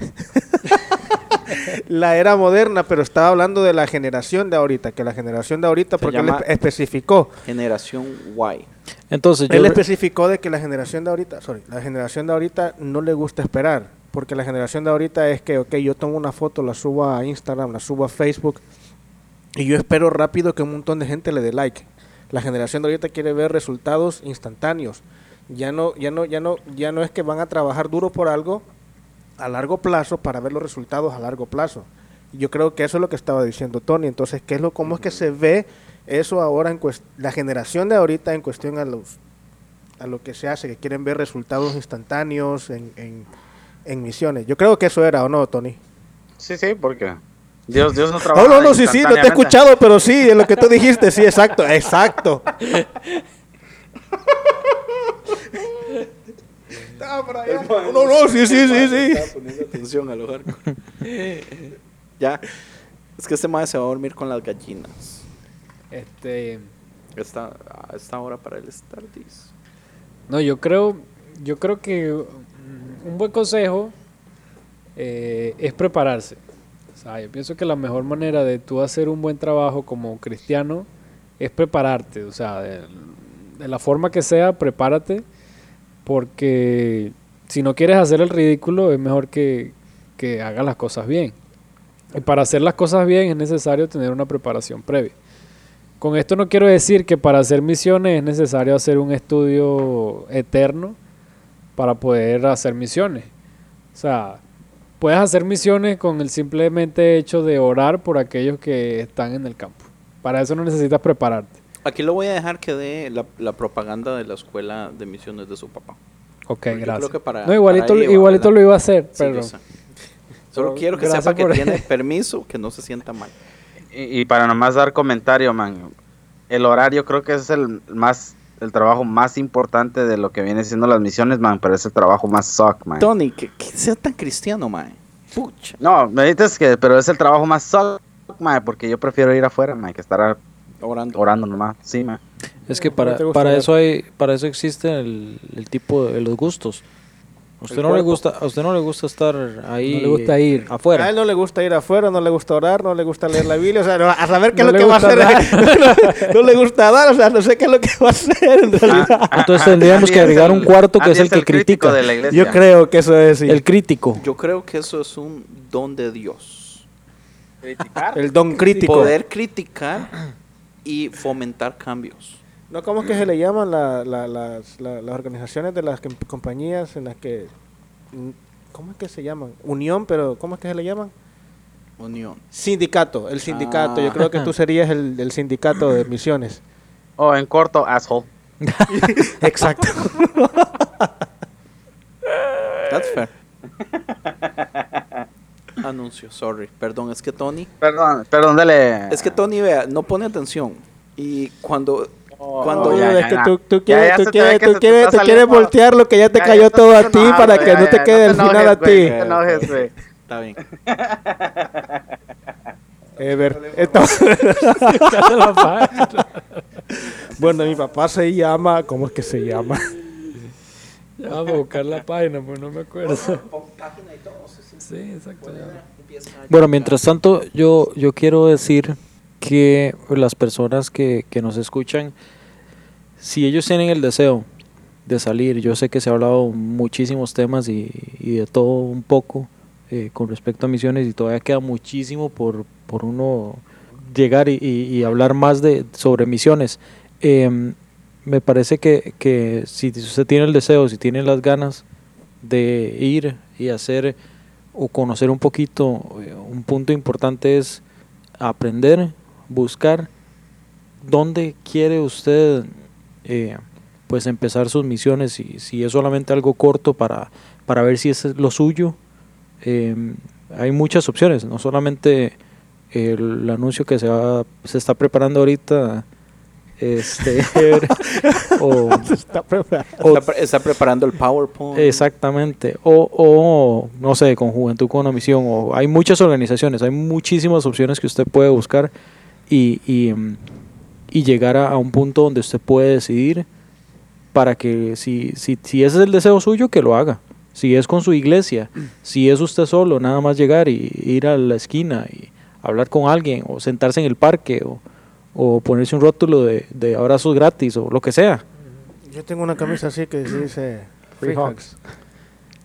la era moderna, pero estaba hablando de la generación de ahorita, que la generación de ahorita, Se porque él llama- especificó, Generación Y. Entonces yo él especificó de que la generación de ahorita no le gusta esperar. Porque la generación de ahorita es que, ok, yo tomo una foto, la subo a Instagram, la subo a Facebook, y yo espero rápido que un montón de gente le dé like. La generación de ahorita quiere ver resultados instantáneos. Ya no es que van a trabajar duro por algo a largo plazo para ver los resultados a largo plazo. Yo creo que eso es lo que estaba diciendo Tony. Entonces, ¿cómo es que se ve eso ahora la generación de ahorita en cuestión a lo que se hace, que quieren ver resultados instantáneos en misiones? Yo creo que eso era, ¿o no, Tony? Sí, porque Dios no trabaja. No, sí, no te he escuchado, pero sí, es lo que tú dijiste, sí, exacto. No, sí. Estaba poniendo atención a los arcos. Ya. Es que este mae se va a dormir con las gallinas. A esta hora para el Stardust. No, yo creo que un buen consejo es prepararse. O sea, yo pienso que la mejor manera de tú hacer un buen trabajo como cristiano es prepararte. O sea, de la forma que sea, prepárate, porque si no quieres hacer el ridículo, es mejor que hagas las cosas bien. Y para hacer las cosas bien es necesario tener una preparación previa. Con esto no quiero decir que para hacer misiones es necesario hacer un estudio eterno para poder hacer misiones. O sea, puedes hacer misiones con el simplemente hecho de orar por aquellos que están en el campo. Para eso no necesitas prepararte. Aquí lo voy a dejar que dé la propaganda de la escuela de misiones de su papá. Ok, Pero gracias. creo que No, igualito lo iba a hacer, Sí, pero... yo sé. Solo quiero que Gracias sepa que por- tiene permiso, que no se sienta mal. Y para nomás dar comentario, man, el horario creo que es el trabajo más importante de lo que viene siendo las misiones, man, pero es el trabajo más suck, man. Tony, que sea tan cristiano, mae. Pucha. No, me dices pero es el trabajo más suck, man, porque yo prefiero ir afuera, man, que estar orando nomás. Sí, man. Es que ¿No te gusta para ver? eso existe el tipo de los gustos. A usted no le gusta estar ahí, No le gusta ir. A afuera. él no le gusta ir afuera, no le gusta orar, no le gusta leer la Biblia, o sea, a saber qué No es lo le que va a gusta hacer. No le gusta dar, o sea, no sé qué es lo que va a hacer en realidad. Entonces tendríamos que Andy es agregar un cuarto que Andy es el que crítico critica. de la iglesia. Yo creo que eso es, sí. El crítico. Yo creo que eso es un don de Dios. El don crítico. Poder criticar y fomentar cambios. ¿No? ¿Cómo es que se le llaman las organizaciones de las compañías en las que... ¿Cómo es que se llaman? Unión, pero ¿cómo es que se le llaman? Unión. Sindicato, el sindicato. Yo creo que tú serías el sindicato de misiones. Oh, en corto, asshole. Exacto. That's fair. Anuncio, sorry. Perdón, es que Tony... Perdón, dale. Es que Tony, vea, no pone atención. Y cuando Oye, ya, es que ya. tú Ya quieres, se te ve que se te está tú quieres saliendo. voltear lo que ya te Ya, cayó ya todo a estás ti enojado, para que ya, no te ya, quede no al te final a enojes, güey, ti. no te enojes, güey. Está bien. Bueno, mi papá se llama, ¿cómo es que se llama? Ya vamos a buscar la página, pues no me acuerdo. Sí, exacto. Ya. Bueno, mientras tanto, yo quiero decir que las personas que nos escuchan, si ellos tienen el deseo de salir, yo sé que se ha hablado muchísimos temas y de todo un poco con respecto a misiones, y todavía queda muchísimo por uno llegar y hablar más sobre misiones. Me parece que si usted tiene el deseo, si tiene las ganas de ir y hacer o conocer un poquito, un punto importante es aprender, buscar dónde quiere usted pues empezar sus misiones, y si es solamente algo corto para ver si es lo suyo. Hay muchas opciones, no solamente el anuncio que se está preparando ahorita, o Está preparando el PowerPoint. exactamente, o no sé, con Juventud con una Misión, o hay muchas organizaciones, hay muchísimas opciones que usted puede buscar y llegar a un punto donde usted puede decidir, para que si ese es el deseo suyo, que lo haga. Si es con su iglesia, si es usted solo, nada más llegar y ir a la esquina y hablar con alguien, o sentarse en el parque, o ponerse un rótulo de abrazos gratis, o lo que sea. Yo tengo una camisa así que dice Free Hugs.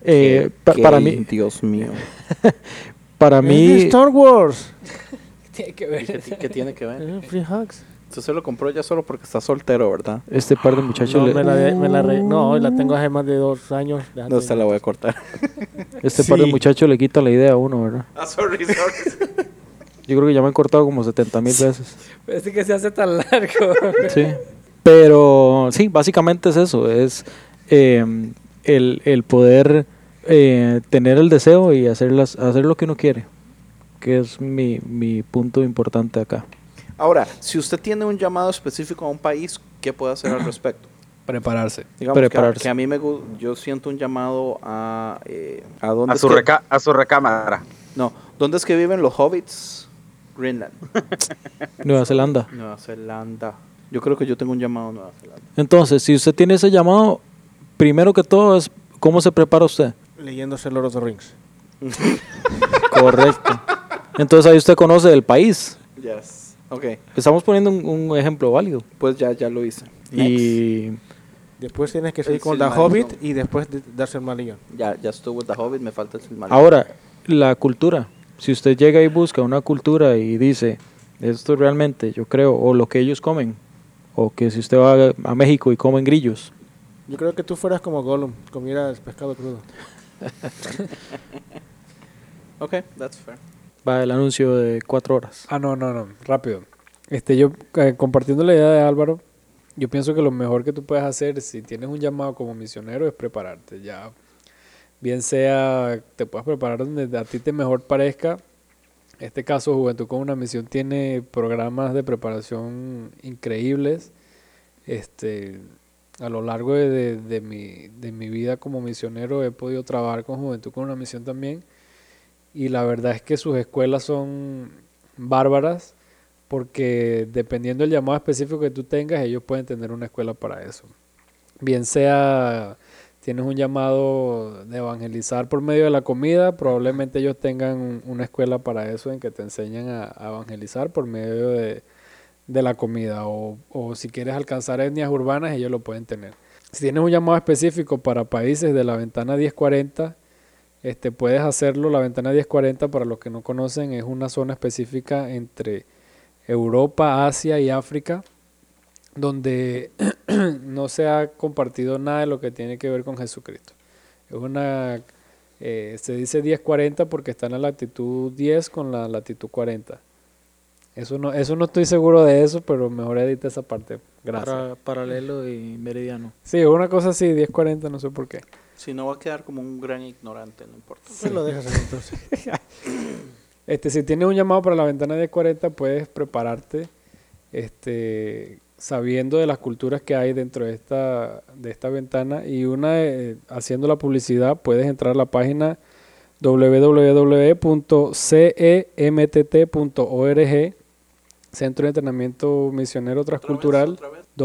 Para mí, Dios mío. para Es de mí, Star Wars. Tiene que ver. ¿Qué tiene que ver? Free hugs. Usted se lo compró ya solo porque está soltero, ¿verdad? este par de muchachos, No, le, no, la tengo hace más de 2 años. No, se la voy a cortar. par de Sí. muchachos le quita la idea a uno, ¿verdad? Sorry. Yo creo que ya me han cortado como 70,000 veces. Parece que se hace tan largo. Sí. Pero sí, básicamente es eso, es el poder tener el deseo y hacer lo que uno quiere, que es mi punto importante acá. Ahora, si usted tiene un llamado específico a un país, ¿qué puede hacer al respecto? Prepararse. Digamos Prepararse. que a mí yo siento un llamado a dónde A es su, que, a su recámara. no, ¿dónde es que viven los hobbits? Greenland, Nueva Zelanda. Nueva Zelanda. Yo creo que yo tengo un llamado a Nueva Zelanda. Entonces, si usted tiene ese llamado, primero que todo es cómo se prepara usted. Leyéndose Lord of the Rings. Correcto. Entonces ahí usted conoce el país. Yes. Ok, Estamos poniendo un ejemplo válido. pues ya lo hice. Y Después tienes que seguir El con The Silmarillion. Hobbit y después darse el Silmarillion. Ya estuve with the Hobbit, me falta el Silmarillion. ahora, la cultura. Si usted llega y busca una cultura y dice, esto realmente yo creo, o lo que ellos comen, o que si usted va a México y comen grillos, Yo creo que tú fueras como Gollum, comieras pescado crudo. Ok, that's fair. va el anuncio de 4 horas. No, rápido. Yo, compartiendo la idea de Álvaro, yo pienso que lo mejor que tú puedes hacer si tienes un llamado como misionero es prepararte. Ya, bien sea, te puedas preparar donde a ti te mejor parezca. En este caso, Juventud con una Misión tiene programas de preparación increíbles. A lo largo de mi vida como misionero he podido trabajar con Juventud con una Misión también. Y la verdad es que sus escuelas son bárbaras porque dependiendo del llamado específico que tú tengas, ellos pueden tener una escuela para eso. Bien sea tienes un llamado de evangelizar por medio de la comida, probablemente ellos tengan una escuela para eso en que te enseñan a evangelizar por medio de la comida. O si quieres alcanzar etnias urbanas, ellos lo pueden tener. Si tienes un llamado específico para países de la ventana 1040, puedes hacerlo. La ventana 1040, para los que no conocen, es una zona específica entre Europa, Asia y África, donde no se ha compartido nada de lo que tiene que ver con Jesucristo. Se dice 1040 porque está en la latitud 10 con la latitud 40. Eso no estoy seguro de eso, pero mejor edita esa parte. Gracias. Paralelo y meridiano. Sí, es una cosa así, 1040, no sé por qué. Si no, va a quedar como un gran ignorante, no importa. Se lo dejas así, entonces. Si tienes un llamado para la ventana 1040, puedes prepararte sabiendo de las culturas que hay dentro de esta ventana. Y haciendo la publicidad, puedes entrar a la página www.cemtt.org, Centro de Entrenamiento Misionero Transcultural,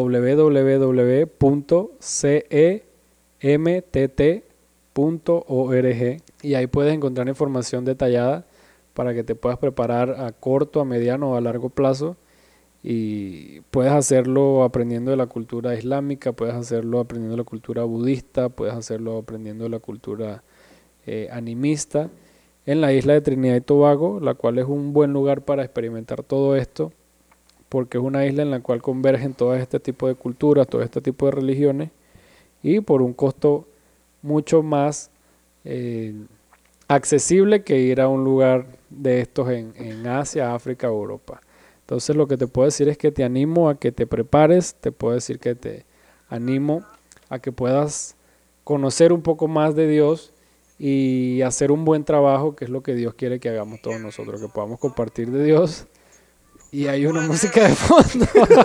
www.cemtt.org, y ahí puedes encontrar información detallada para que te puedas preparar a corto, a mediano o a largo plazo. Y puedes hacerlo aprendiendo de la cultura islámica, puedes hacerlo aprendiendo de la cultura budista, puedes hacerlo aprendiendo de la cultura animista en la isla de Trinidad y Tobago, la cual es un buen lugar para experimentar todo esto, porque es una isla en la cual convergen todo este tipo de culturas, todo este tipo de religiones, y por un costo mucho más accesible que ir a un lugar de estos en Asia, África o Europa. Entonces lo que te puedo decir es que te animo a que te prepares, te puedo decir que te animo a que puedas conocer un poco más de Dios y hacer un buen trabajo, que es lo que Dios quiere que hagamos todos nosotros, que podamos compartir de Dios. Y hay una música de fondo.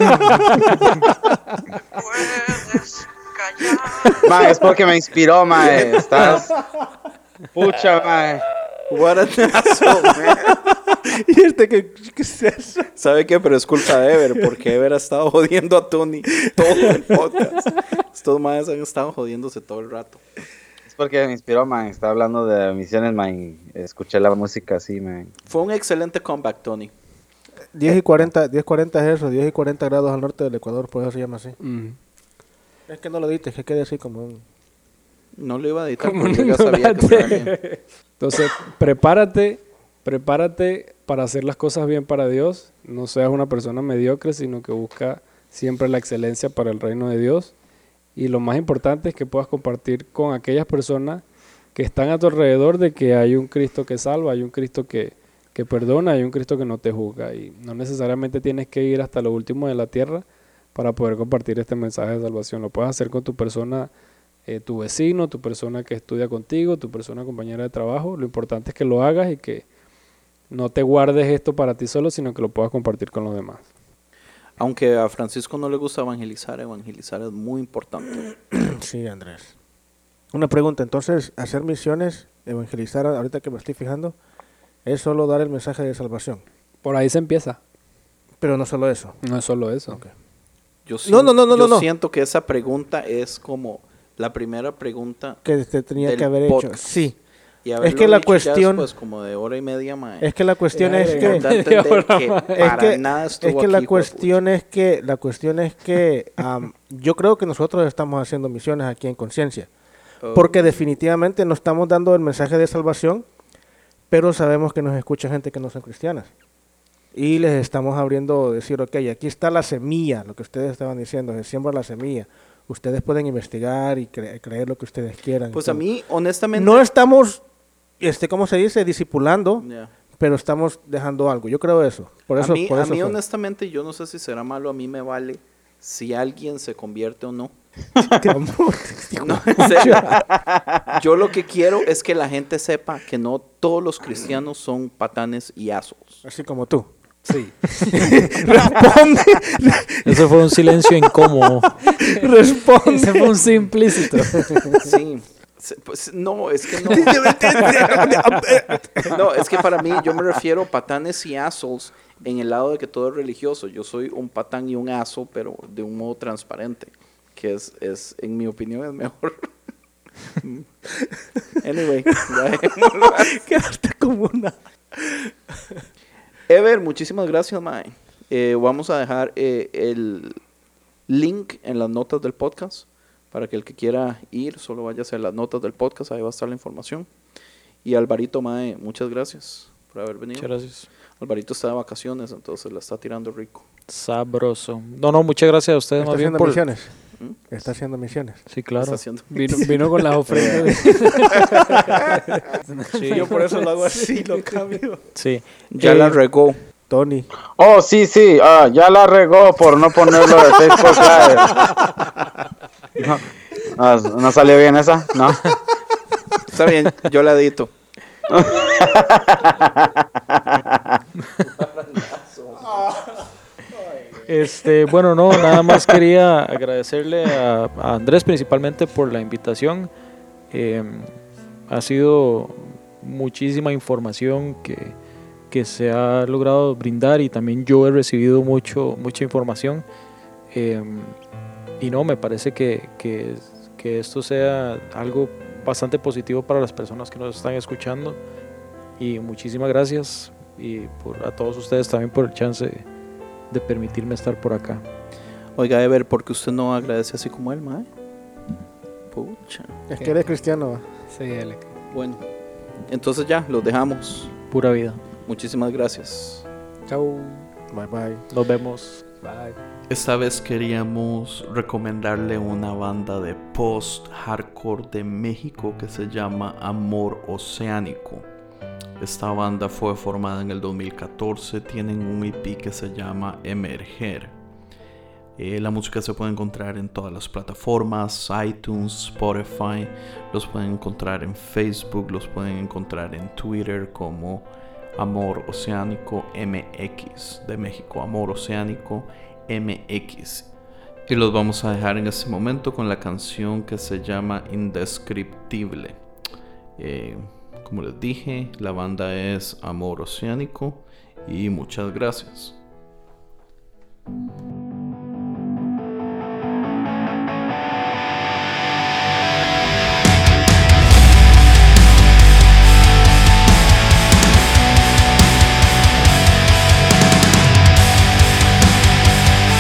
Ma, es porque me inspiró, ma. Estás... Pucha, ma. What an asshole, man. ¿Y qué es eso? ¿Sabe qué? Pero es culpa de Ever, porque Ever ha estado jodiendo a Tony todo el podcast. Estos madres han estado jodiéndose todo el rato. Es porque me inspiró, man. Estaba hablando de misiones, man. Escuché la música así, man. Fue un excelente comeback, Tony. 10:40 es eso, 10:40 grados al norte del Ecuador, por eso se llama así. Es que no lo diste, es que quede así como un... No lo iba a editar Como un porque ya sabía que estaba bien. ignorante. Entonces, prepárate para hacer las cosas bien para Dios. No seas una persona mediocre, sino que busca siempre la excelencia para el reino de Dios. Y lo más importante es que puedas compartir con aquellas personas que están a tu alrededor de que hay un Cristo que salva, hay un Cristo que perdona, hay un Cristo que no te juzga. Y no necesariamente tienes que ir hasta lo último de la tierra para poder compartir este mensaje de salvación. Lo puedes hacer con tu persona, tu vecino, tu persona que estudia contigo, tu persona compañera de trabajo. Lo importante es que lo hagas y que no te guardes esto para ti solo, sino que lo puedas compartir con los demás. Aunque a Francisco no le gusta evangelizar es muy importante. Sí, Andrés. Una pregunta, entonces, hacer misiones, evangelizar, ahorita que me estoy fijando, es solo dar el mensaje de salvación. Por ahí se empieza. Pero no solo eso. No es solo eso. Ok. Yo No. siento que esa pregunta es como la primera pregunta Que usted tenía del que haber hecho. podcast. Sí. y haberlo Es que la dicho cuestión- ya después, como de hora y media, mae. Es que la cuestión Ya, es ya, que... Da a entender que para que- nada estuvo Es que aquí, la hijo de cuestión es que yo creo que nosotros estamos haciendo misiones aquí en Conciencia, puta. Oh. porque definitivamente no estamos dando el mensaje de salvación, pero sabemos que nos escucha gente que no son cristianas y les estamos abriendo, decir, ok, aquí está la semilla, lo que ustedes estaban diciendo, se siembra la semilla, ustedes pueden investigar y creer lo que ustedes quieran. Pues y a todo. mí, honestamente... No estamos, ¿cómo se dice? Discipulando, Ya. pero estamos dejando algo. Yo creo eso. Por eso, a mí, por eso fue. honestamente, yo no sé si será malo, a mí me vale si alguien se convierte o no. No, en serio. Yo lo que quiero es que la gente sepa que no todos los cristianos son patanes y asos. Así como tú. Sí. Ese fue un silencio incómodo. Responde. Ese fue un sí implícito. Sí. Pues, no, es que no. No, es que para mí yo me refiero a patanes y asos en el lado de que todo es religioso. Yo soy un patán y un aso, pero de un modo transparente, que es en mi opinión, es mejor. Anyway, ya dejémoslo así. Quedaste como una... Ever, muchísimas gracias, mae. Vamos a dejar el link en las notas del podcast para que el que quiera ir solo vaya hacia las notas del podcast, ahí va a estar la información. Y Alvarito, mae, muchas gracias por haber venido. Muchas gracias. Alvarito está de vacaciones, entonces la está tirando rico. Sabroso. No, muchas gracias a ustedes Está más bien haciendo por... misiones. ¿Mm? Está haciendo misiones. Sí, claro. Está haciendo... Vino con las ofrendas. Sí. Yo por eso lo hago así, lo cambio. Sí. Ya la regó. Tony. Oh, sí, ya la regó por no ponerlo de Facebook Live. No salió bien esa, ¿no? Está bien, yo la edito. Bueno, no, nada más quería agradecerle a Andrés principalmente por la invitación. Ha sido muchísima información que se ha logrado brindar y también yo he recibido mucha información. Y no, me parece que esto sea algo bastante positivo para las personas que nos están escuchando. Y muchísimas gracias y a todos ustedes también por el chance de permitirme estar por acá. Oiga, Ever, ¿por qué usted no agradece así como él, mae? Pucha. Es que eres cristiano. Sí, él. Bueno, entonces ya, los dejamos. Pura vida. Muchísimas gracias. Chau. Bye bye. Nos vemos. Bye. Esta vez queríamos recomendarle una banda de post-hardcore de México que se llama Amor Oceánico. Esta banda fue formada en el 2014, tienen un EP que se llama Emerger. La música se puede encontrar en todas las plataformas, iTunes, Spotify, los pueden encontrar en Facebook, los pueden encontrar en Twitter como Amor Oceánico MX de México, Amor Oceánico MX. Y los vamos a dejar en este momento con la canción que se llama Indescriptible. Como les dije, la banda es Amor Oceánico y muchas gracias.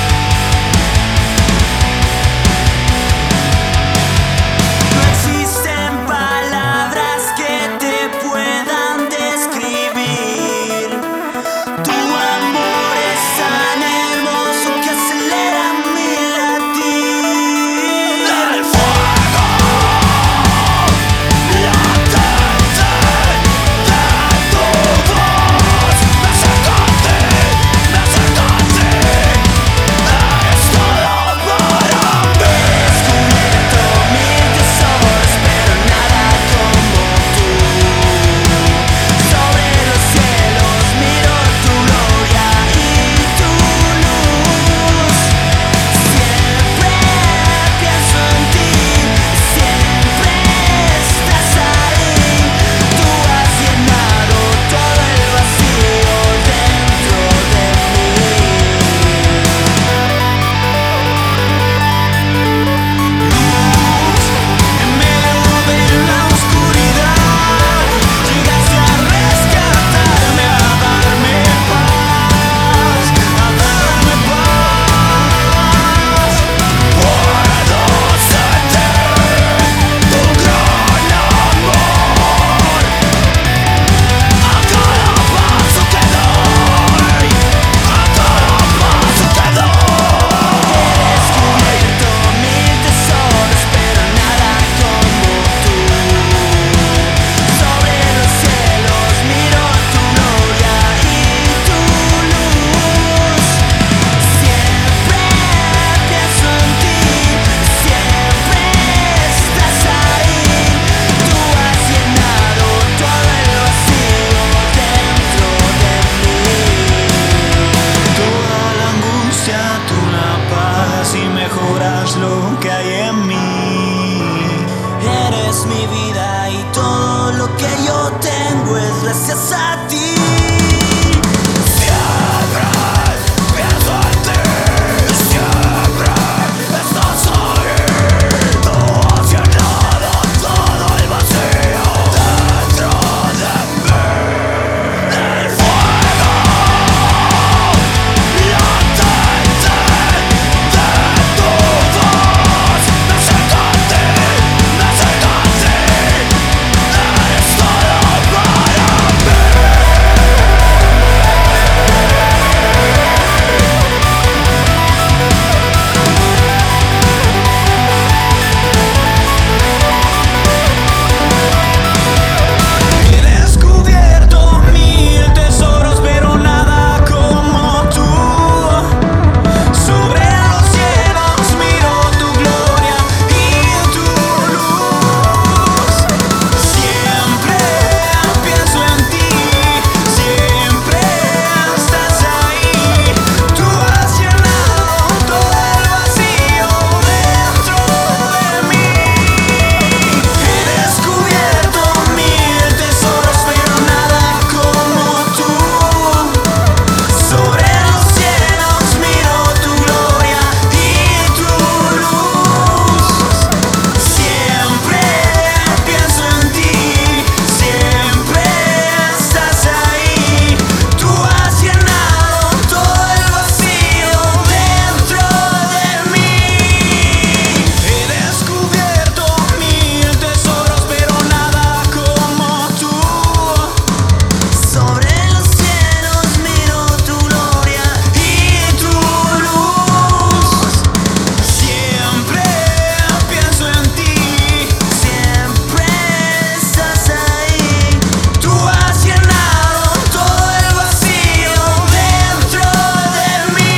No existe eres mi vida y todo lo que yo tengo es gracias a ti. Siempre pienso en ti, siempre estás ahí. No has llenado todo el vacío dentro de mí. El fuego latente de tu voz me acerca a ti, me acerca a ti. Eres todo para mí. He descubierto mil tesoros, pero nada como tú. Sobre los cielos miro tu gloria y tu luz. Siempre pienso en ti, siempre estás ahí. Tú has llenado todo el vacío dentro de mí. He descubierto mil tesoros, pero nada como tú. Sobre los cielos miro tu gloria y tu luz. Siempre pienso en ti, siempre estás ahí. Tú has llenado todo el vacío dentro de mí. He descubierto mil tesoros, pero nada como tú. Sobre los cielos miro tu gloria y tu luz. Siempre pienso en ti, siempre estás ahí. Tú has llenado todo el vacío dentro de mí.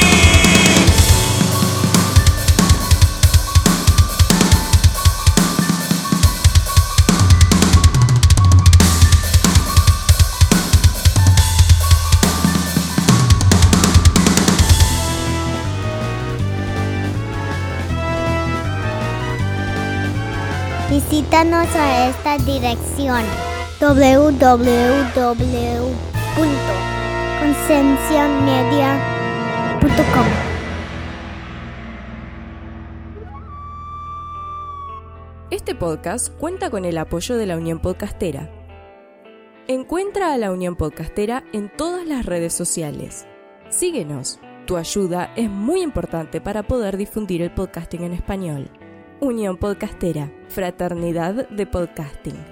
Visítanos a esta dirección www.concienciamedia.com. Este podcast cuenta con el apoyo de la Unión Podcastera. Encuentra a la Unión Podcastera en todas las redes sociales. Síguenos. Tu ayuda es muy importante para poder difundir el podcasting en español. Unión Podcastera, Fraternidad de Podcasting.